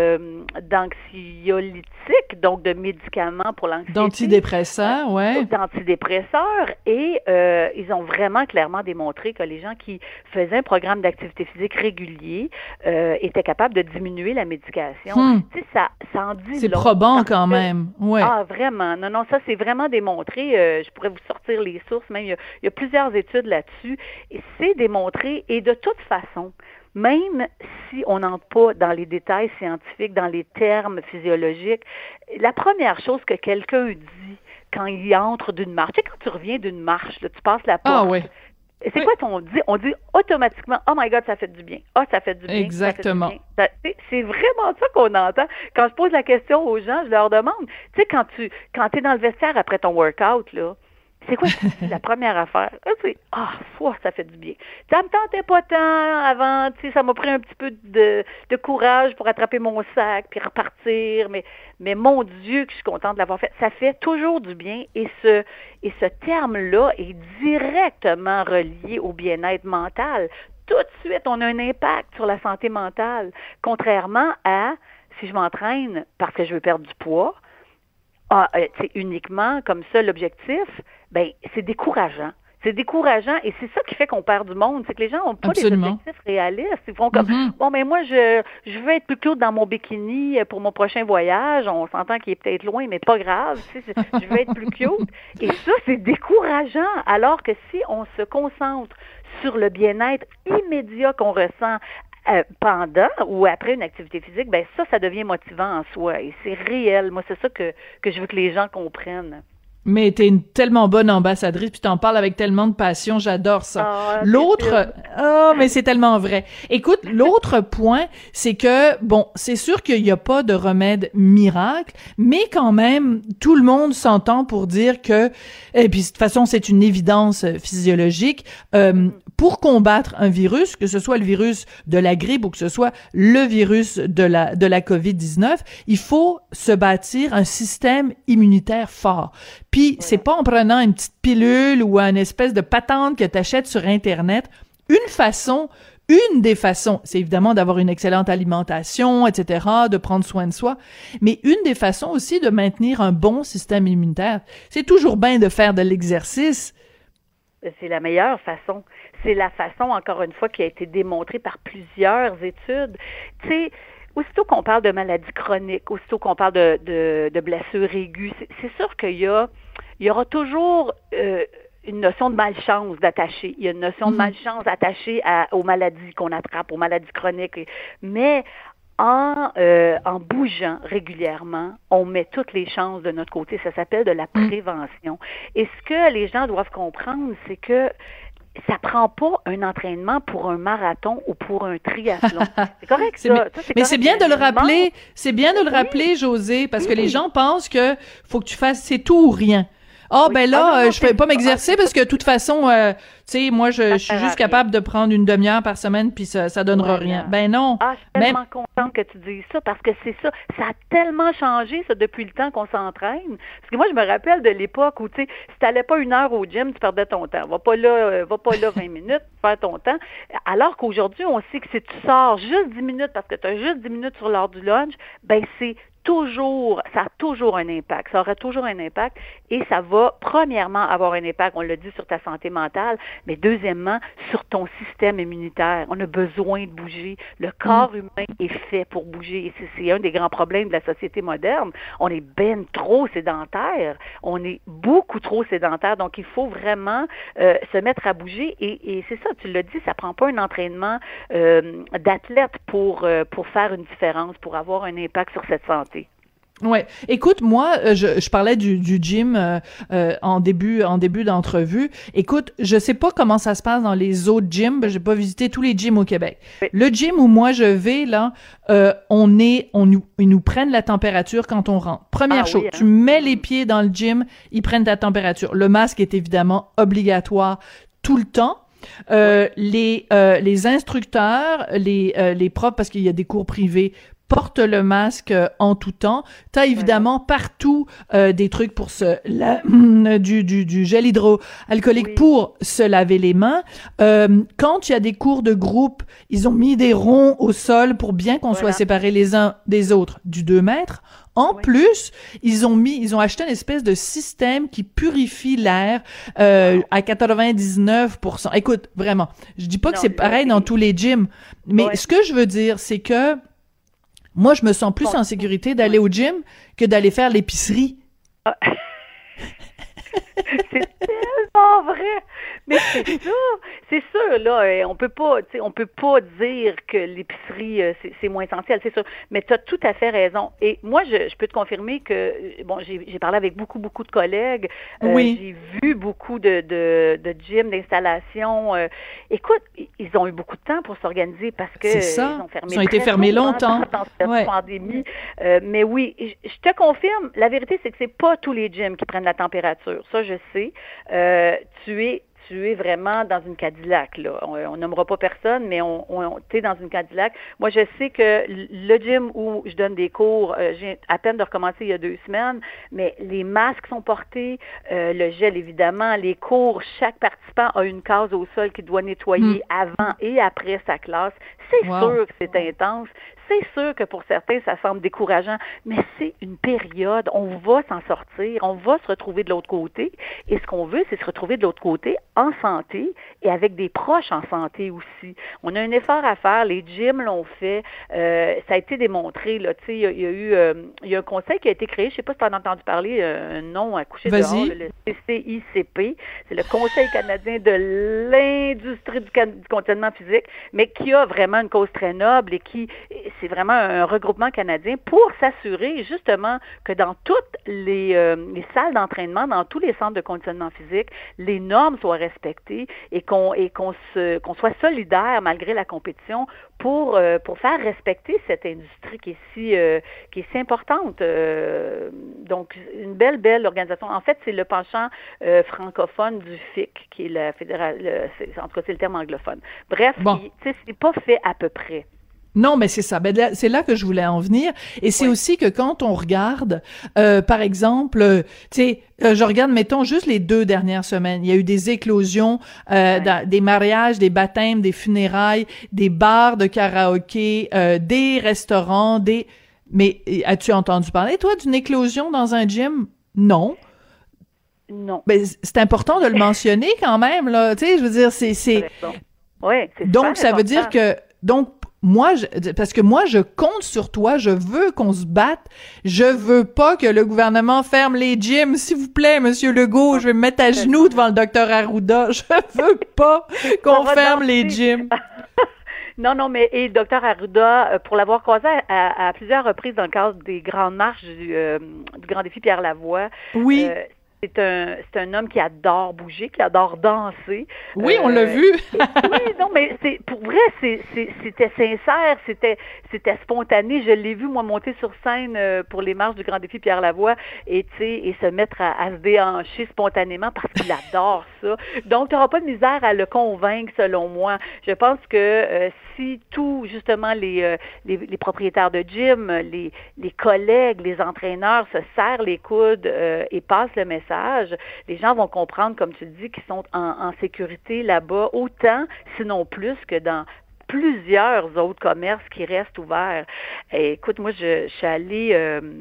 d'anxiolytique, donc de médicaments pour l'anxiété. D'antidépresseurs, d'antidépresseurs, et ils ont vraiment clairement démontré que les gens qui faisaient un programme d'activité physique régulier étaient capables de diminuer la médication. Tu sais, ça en dit long. C'est probant quand même. Ouais. Ah, vraiment. Non, ça c'est vraiment démontré. Je pourrais vous sortir les sources, même il y a plusieurs études là-dessus, et c'est démontré. Et de toute façon, même si on n'entre pas dans les détails scientifiques, dans les termes physiologiques, la première chose que quelqu'un dit quand il entre d'une marche, tu sais, quand tu reviens d'une marche, là, tu passes la porte. Ah oui. C'est quoi qu'on dit? On dit automatiquement « Oh my God, ça fait du bien. Ah, ça fait du bien. » Exactement. Ça fait du bien. C'est vraiment ça qu'on entend. Quand je pose la question aux gens, je leur demande, tu sais, quand tu es dans le vestiaire après ton workout, là, c'est quoi la première affaire? C'est ça fait du bien. Ça me tentait pas tant avant, tu sais, ça m'a pris un petit peu de courage pour attraper mon sac puis repartir, mais mon Dieu que je suis contente de l'avoir fait. Ça fait toujours du bien, et ce terme-là est directement relié au bien-être mental. Tout de suite, on a un impact sur la santé mentale, contrairement à si je m'entraîne parce que je veux perdre du poids. Uniquement comme ça l'objectif, ben c'est décourageant. C'est décourageant, et c'est ça qui fait qu'on perd du monde. C'est que les gens n'ont pas des objectifs réalistes. Ils font comme, bon, mais moi, je veux être plus cute dans mon bikini pour mon prochain voyage. On s'entend qu'il est peut-être loin, mais pas grave. Tu sais, je veux être plus cute. Et ça, c'est décourageant. Alors que si on se concentre sur le bien-être immédiat qu'on ressent pendant ou après une activité physique, ben ça devient motivant en soi, et c'est réel. Moi, c'est ça que je veux que les gens comprennent. Mais t'es une tellement bonne ambassadrice, puis t'en parles avec tellement de passion, j'adore ça. Mais c'est tellement vrai. Écoute, l'autre point, c'est que, bon, c'est sûr qu'il n'y a pas de remède miracle, mais quand même, tout le monde s'entend pour dire que, et puis de toute façon, c'est une évidence physiologique, pour combattre un virus, que ce soit le virus de la grippe ou que ce soit le virus de la COVID-19, il faut se bâtir un système immunitaire fort. Puis, c'est pas en prenant une petite pilule ou une espèce de patente que t'achètes sur Internet. Une des façons, c'est évidemment d'avoir une excellente alimentation, etc., de prendre soin de soi, mais une des façons aussi de maintenir un bon système immunitaire, c'est toujours bien de faire de l'exercice. C'est la meilleure façon. C'est la façon, encore une fois, qui a été démontrée par plusieurs études. Tu sais, aussitôt qu'on parle de maladies chroniques, aussitôt qu'on parle de blessures aiguës, c'est sûr qu'il y aura toujours une notion de malchance d'attacher. Il y a une notion de malchance attachée aux maladies qu'on attrape, aux maladies chroniques. Mais en bougeant régulièrement, on met toutes les chances de notre côté. Ça s'appelle de la prévention. Et ce que les gens doivent comprendre, c'est que ça prend pas un entraînement pour un marathon ou pour un triathlon. C'est correct, ça. Mais c'est bien de le rappeler. C'est bien de le rappeler, Josée, parce que les gens pensent que faut que tu fasses c'est tout ou rien. Je fais pas m'exercer parce que de toute façon, tu sais, moi, je suis juste capable de prendre une demi-heure par semaine puis ça donnera rien. Ben non. Je suis tellement contente que tu dises ça parce que c'est ça. Ça a tellement changé, ça, depuis le temps qu'on s'entraîne. Parce que moi, je me rappelle de l'époque où, tu sais, si t'allais pas 1 heure au gym, tu perdais ton temps. Va pas là 20 minutes, faire ton temps. Alors qu'aujourd'hui, on sait que si tu sors juste 10 minutes parce que tu as juste 10 minutes sur l'heure du lunch, ben ça a toujours un impact. Ça aura toujours un impact et ça va, premièrement, avoir un impact, on l'a dit, sur ta santé mentale, mais deuxièmement, sur ton système immunitaire. On a besoin de bouger. Le corps humain est fait pour bouger et c'est un des grands problèmes de la société moderne. On est ben trop sédentaire. On est beaucoup trop sédentaire. Donc, il faut vraiment se mettre à bouger et c'est ça, tu l'as dit, ça prend pas un entraînement d'athlète pour faire une différence, pour avoir un impact sur cette santé. Ouais. Écoute, moi, je parlais du gym en début d'entrevue. Écoute, je sais pas comment ça se passe dans les autres gyms. J'ai pas visité tous les gyms au Québec. Oui. Le gym où moi je vais là, ils nous prennent la température quand on rentre. Première chose, tu mets les pieds dans le gym, ils prennent ta température. Le masque est évidemment obligatoire tout le temps. Les instructeurs, les profs, parce qu'il y a des cours privés, porte le masque en tout temps. T'as évidemment partout des trucs pour du gel hydroalcoolique pour se laver les mains. Quand il y a des cours de groupe, ils ont mis des ronds au sol pour bien qu'on soit séparés les uns des autres du 2 mètres. En plus, ils ont acheté une espèce de système qui purifie l'air à 99%. Écoute, vraiment, je dis pas que c'est pareil dans tous les gyms, mais ce que je veux dire, c'est que moi, je me sens plus en sécurité d'aller au gym que d'aller faire l'épicerie. C'est tellement vrai. Mais c'est sûr, là, on peut pas dire que l'épicerie, c'est moins essentiel, c'est sûr. Mais tu as tout à fait raison. Et moi, je peux te confirmer que, bon, j'ai parlé avec beaucoup de collègues. J'ai vu beaucoup de gyms, d'installations. Écoute, ils ont eu beaucoup de temps pour s'organiser parce que ils ont été fermés longtemps. Dans pandémie. Mais oui, je te confirme, la vérité, c'est que c'est pas tous les gyms qui prennent la température. Ça, je sais. Tu es vraiment dans une Cadillac, là. On nommera pas personne, mais t'es dans une Cadillac. Moi, je sais que le gym où je donne des cours, j'ai à peine de recommencer il y a 2 semaines, mais les masques sont portés, le gel, évidemment, les cours, chaque participant a une case au sol qu'il doit nettoyer avant et après sa classe. C'est sûr que c'est intense. C'est sûr que pour certains, ça semble décourageant, mais c'est une période. On va s'en sortir, on va se retrouver de l'autre côté. Et ce qu'on veut, c'est se retrouver de l'autre côté en santé et avec des proches en santé aussi. On a un effort à faire. Les gyms l'ont fait. Ça a été démontré. Là, tu sais, il y a un conseil qui a été créé. Je ne sais pas si tu en as entendu parler. Un nom à coucher dehors. Le CCICP. C'est le Conseil canadien de l'industrie du conditionnement physique, mais qui a vraiment une cause très noble et qui c'est vraiment un regroupement canadien pour s'assurer justement que dans toutes les salles d'entraînement, dans tous les centres de conditionnement physique, les normes soient respectées et qu'on soit solidaire malgré la compétition pour faire respecter cette industrie qui est si importante. Donc, une belle organisation. En fait, c'est le penchant francophone du FIC, qui est la fédérale, en tout cas, c'est le terme anglophone. Bref, c'est pas fait à peu près. Non, mais c'est ça. Ben, c'est là que je voulais en venir. Et c'est aussi que quand on regarde, par exemple, tu sais, je regarde, mettons, juste les 2 dernières semaines. Il y a eu des éclosions, des mariages, des baptêmes, des funérailles, des bars de karaoké, des restaurants, Mais as-tu entendu parler, toi, d'une éclosion dans un gym? Non. Non. Ben, c'est important de le mentionner quand même, là. Tu sais, je veux dire, c'est... Oui, c'est donc, ça veut dire que... parce que moi, je compte sur toi, je veux qu'on se batte, je veux pas que le gouvernement ferme les gyms, s'il vous plaît, Monsieur Legault, je vais me mettre à genoux devant le docteur Arruda, je veux pas qu'on ferme les gyms. Non, mais et le docteur Arruda, pour l'avoir croisé à plusieurs reprises dans le cadre des grandes marches du Grand Défi Pierre Lavoie, oui. C'est un homme qui adore bouger, qui adore danser. Oui, on l'a vu. Oui, non, mais pour vrai, c'était sincère, c'était spontané. Je l'ai vu, moi, monter sur scène pour les marches du Grand Défi Pierre Lavoie et se mettre à se déhancher spontanément parce qu'il adore ça. Donc, tu n'auras pas de misère à le convaincre, selon moi. Je pense que si justement, les propriétaires de gym, les collègues, les entraîneurs se serrent les coudes et passent le message, les gens vont comprendre, comme tu le dis, qu'ils sont en sécurité là-bas, autant, sinon plus, que dans plusieurs autres commerces qui restent ouverts. Et écoute, moi, je suis allée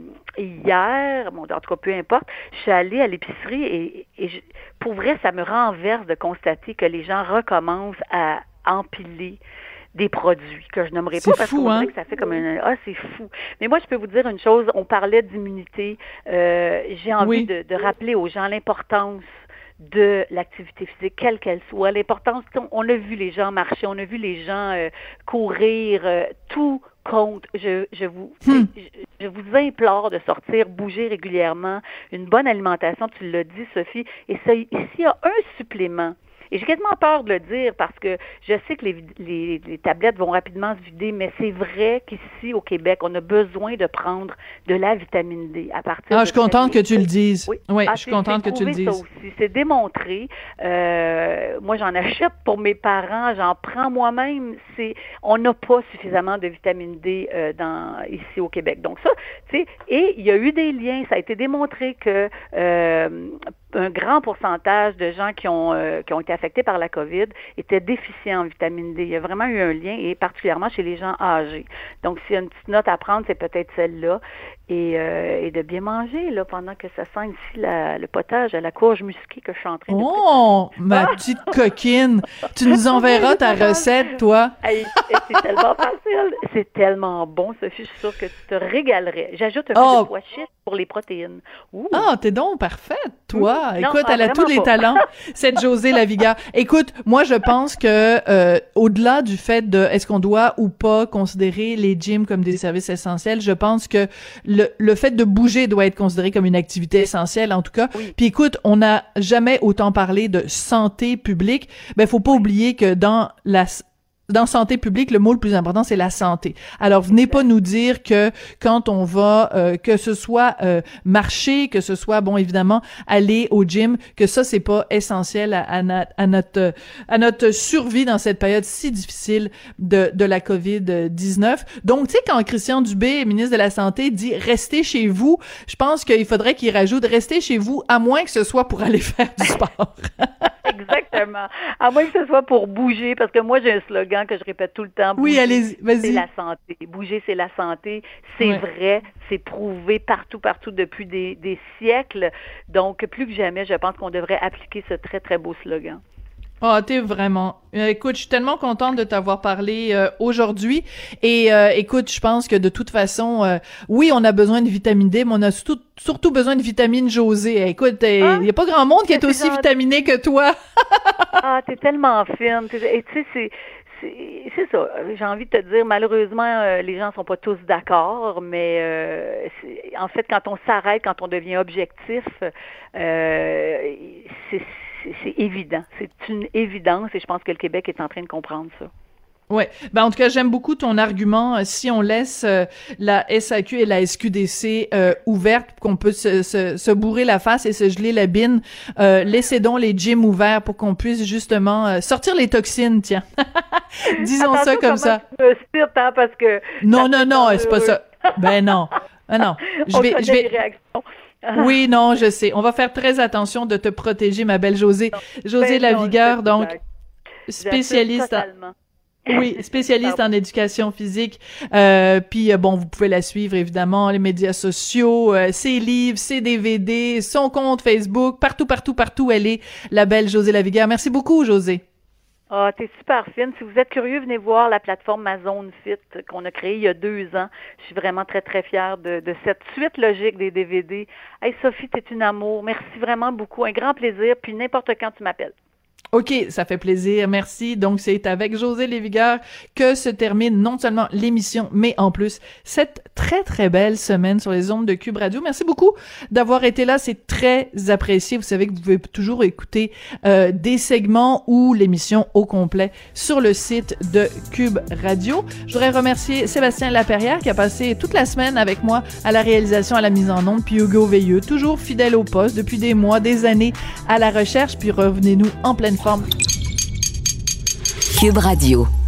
hier, en tout cas, peu importe, je suis allée à l'épicerie et pour vrai, ça me renverse de constater que les gens recommencent à empiler des produits que je nommerai pas parce qu'on dirait que ça fait comme c'est fou. Mais moi, je peux vous dire une chose, on parlait d'immunité. J'ai envie de rappeler aux gens l'importance de l'activité physique, quelle qu'elle soit. L'importance, on a vu les gens marcher, on a vu les gens courir, tout compte. Je vous implore de sortir, bouger régulièrement, une bonne alimentation, tu l'as dit, Sophie, et ça, ici, il y a un supplément. Et j'ai quasiment peur de le dire parce que je sais que les tablettes vont rapidement se vider, mais c'est vrai qu'ici, au Québec, on a besoin de prendre de la vitamine D à partir je suis contente que tu le dises. Oui, je suis contente que tu le dises. Ça aussi. C'est démontré. Moi, j'en achète pour mes parents, j'en prends moi-même. On n'a pas suffisamment de vitamine D ici au Québec. Donc ça, tu sais, et il y a eu des liens. Ça a été démontré que un grand pourcentage de gens qui ont été affectés par la COVID étaient déficients en vitamine D. Il y a vraiment eu un lien, et particulièrement chez les gens âgés. Donc, s'il y a une petite note à prendre, c'est peut-être celle-là. Et de bien manger, là, pendant que ça sent ici le potage à la courge musquée que je suis en train de préparer. Oh, ma petite coquine! Tu nous enverras ta recette, toi? Hey, c'est tellement facile. C'est tellement bon, Sophie. Je suis sûre que tu te régalerais. J'ajoute un peu de pois chiches pour les protéines. Ouh. Ah, t'es donc parfaite, toi! Écoute, Non, elle a tous les talents, cette Josée Lavigueur. Écoute, moi, je pense que au-delà du fait de est-ce qu'on doit ou pas considérer les gyms comme des services essentiels, je pense que le fait de bouger doit être considéré comme une activité essentielle, en tout cas. Oui. Puis écoute, on n'a jamais autant parlé de santé publique. Ben, faut pas oublier que dans santé publique, le mot le plus important, c'est la santé. Alors, venez pas nous dire que quand on va, que ce soit marcher, que ce soit, bon, évidemment, aller au gym, que ça, c'est pas essentiel à notre survie dans cette période si difficile de la COVID-19. Donc, tu sais, quand Christian Dubé, ministre de la Santé, dit « restez chez vous », je pense qu'il faudrait qu'il rajoute « restez chez vous », à moins que ce soit pour aller faire du sport. Exactement. À moins que ce soit pour bouger, parce que moi, j'ai un slogan que je répète tout le temps. Oui, allez-y, vas-y. C'est la santé. Bouger, c'est la santé. C'est vrai, c'est prouvé partout depuis des siècles. Donc, plus que jamais, je pense qu'on devrait appliquer ce très, très beau slogan. Ah, t'es vraiment... écoute, je suis tellement contente de t'avoir parlé aujourd'hui. Et écoute, je pense que de toute façon, oui, on a besoin de vitamine D, mais on a surtout besoin de vitamine Josée. Écoute, il y a pas grand monde qui est aussi vitaminé que toi. Ah, t'es tellement fine. Et tu sais, c'est ça. J'ai envie de te dire, malheureusement, les gens sont pas tous d'accord, mais en fait, quand on s'arrête, quand on devient objectif, c'est évident. C'est une évidence et je pense que le Québec est en train de comprendre ça. Ouais. Ben, en tout cas, j'aime beaucoup ton argument. Si on laisse la SAQ et la SQDC ouvertes, qu'on peut se bourrer la face et se geler la bine, laissez donc les gyms ouverts pour qu'on puisse justement sortir les toxines, tiens. Disons ça comme ça. Parce que non, c'est pas ça. Ben non. Ah non. Je vais... Oui, non, je sais. On va faire très attention de te protéger, ma belle Josée. Josée Lavigueur, donc, spécialiste en éducation physique. Puis bon, vous pouvez la suivre évidemment, les médias sociaux, ses livres, ses DVD, son compte Facebook, partout elle est, la belle Josée Lavigueur. Merci beaucoup, Josée. Ah, t'es super fine. Si vous êtes curieux, venez voir la plateforme Ma Zone Fit qu'on a créée il y a 2 ans. Je suis vraiment très, très fière de cette suite logique des DVD. Hey, Sophie, t'es une amour. Merci vraiment beaucoup. Un grand plaisir. Puis n'importe quand tu m'appelles. OK, ça fait plaisir, merci. Donc, c'est avec Josée Lavigueur que se termine non seulement l'émission, mais en plus, cette très, très belle semaine sur les ondes de Cube Radio. Merci beaucoup d'avoir été là, c'est très apprécié. Vous savez que vous pouvez toujours écouter des segments ou l'émission au complet sur le site de Cube Radio. Je voudrais remercier Sébastien Laperrière qui a passé toute la semaine avec moi à la réalisation, à la mise en onde, puis Hugo Veilleux, toujours fidèle au poste depuis des mois, des années à la recherche, puis revenez-nous en pleine forme. Cube Radio.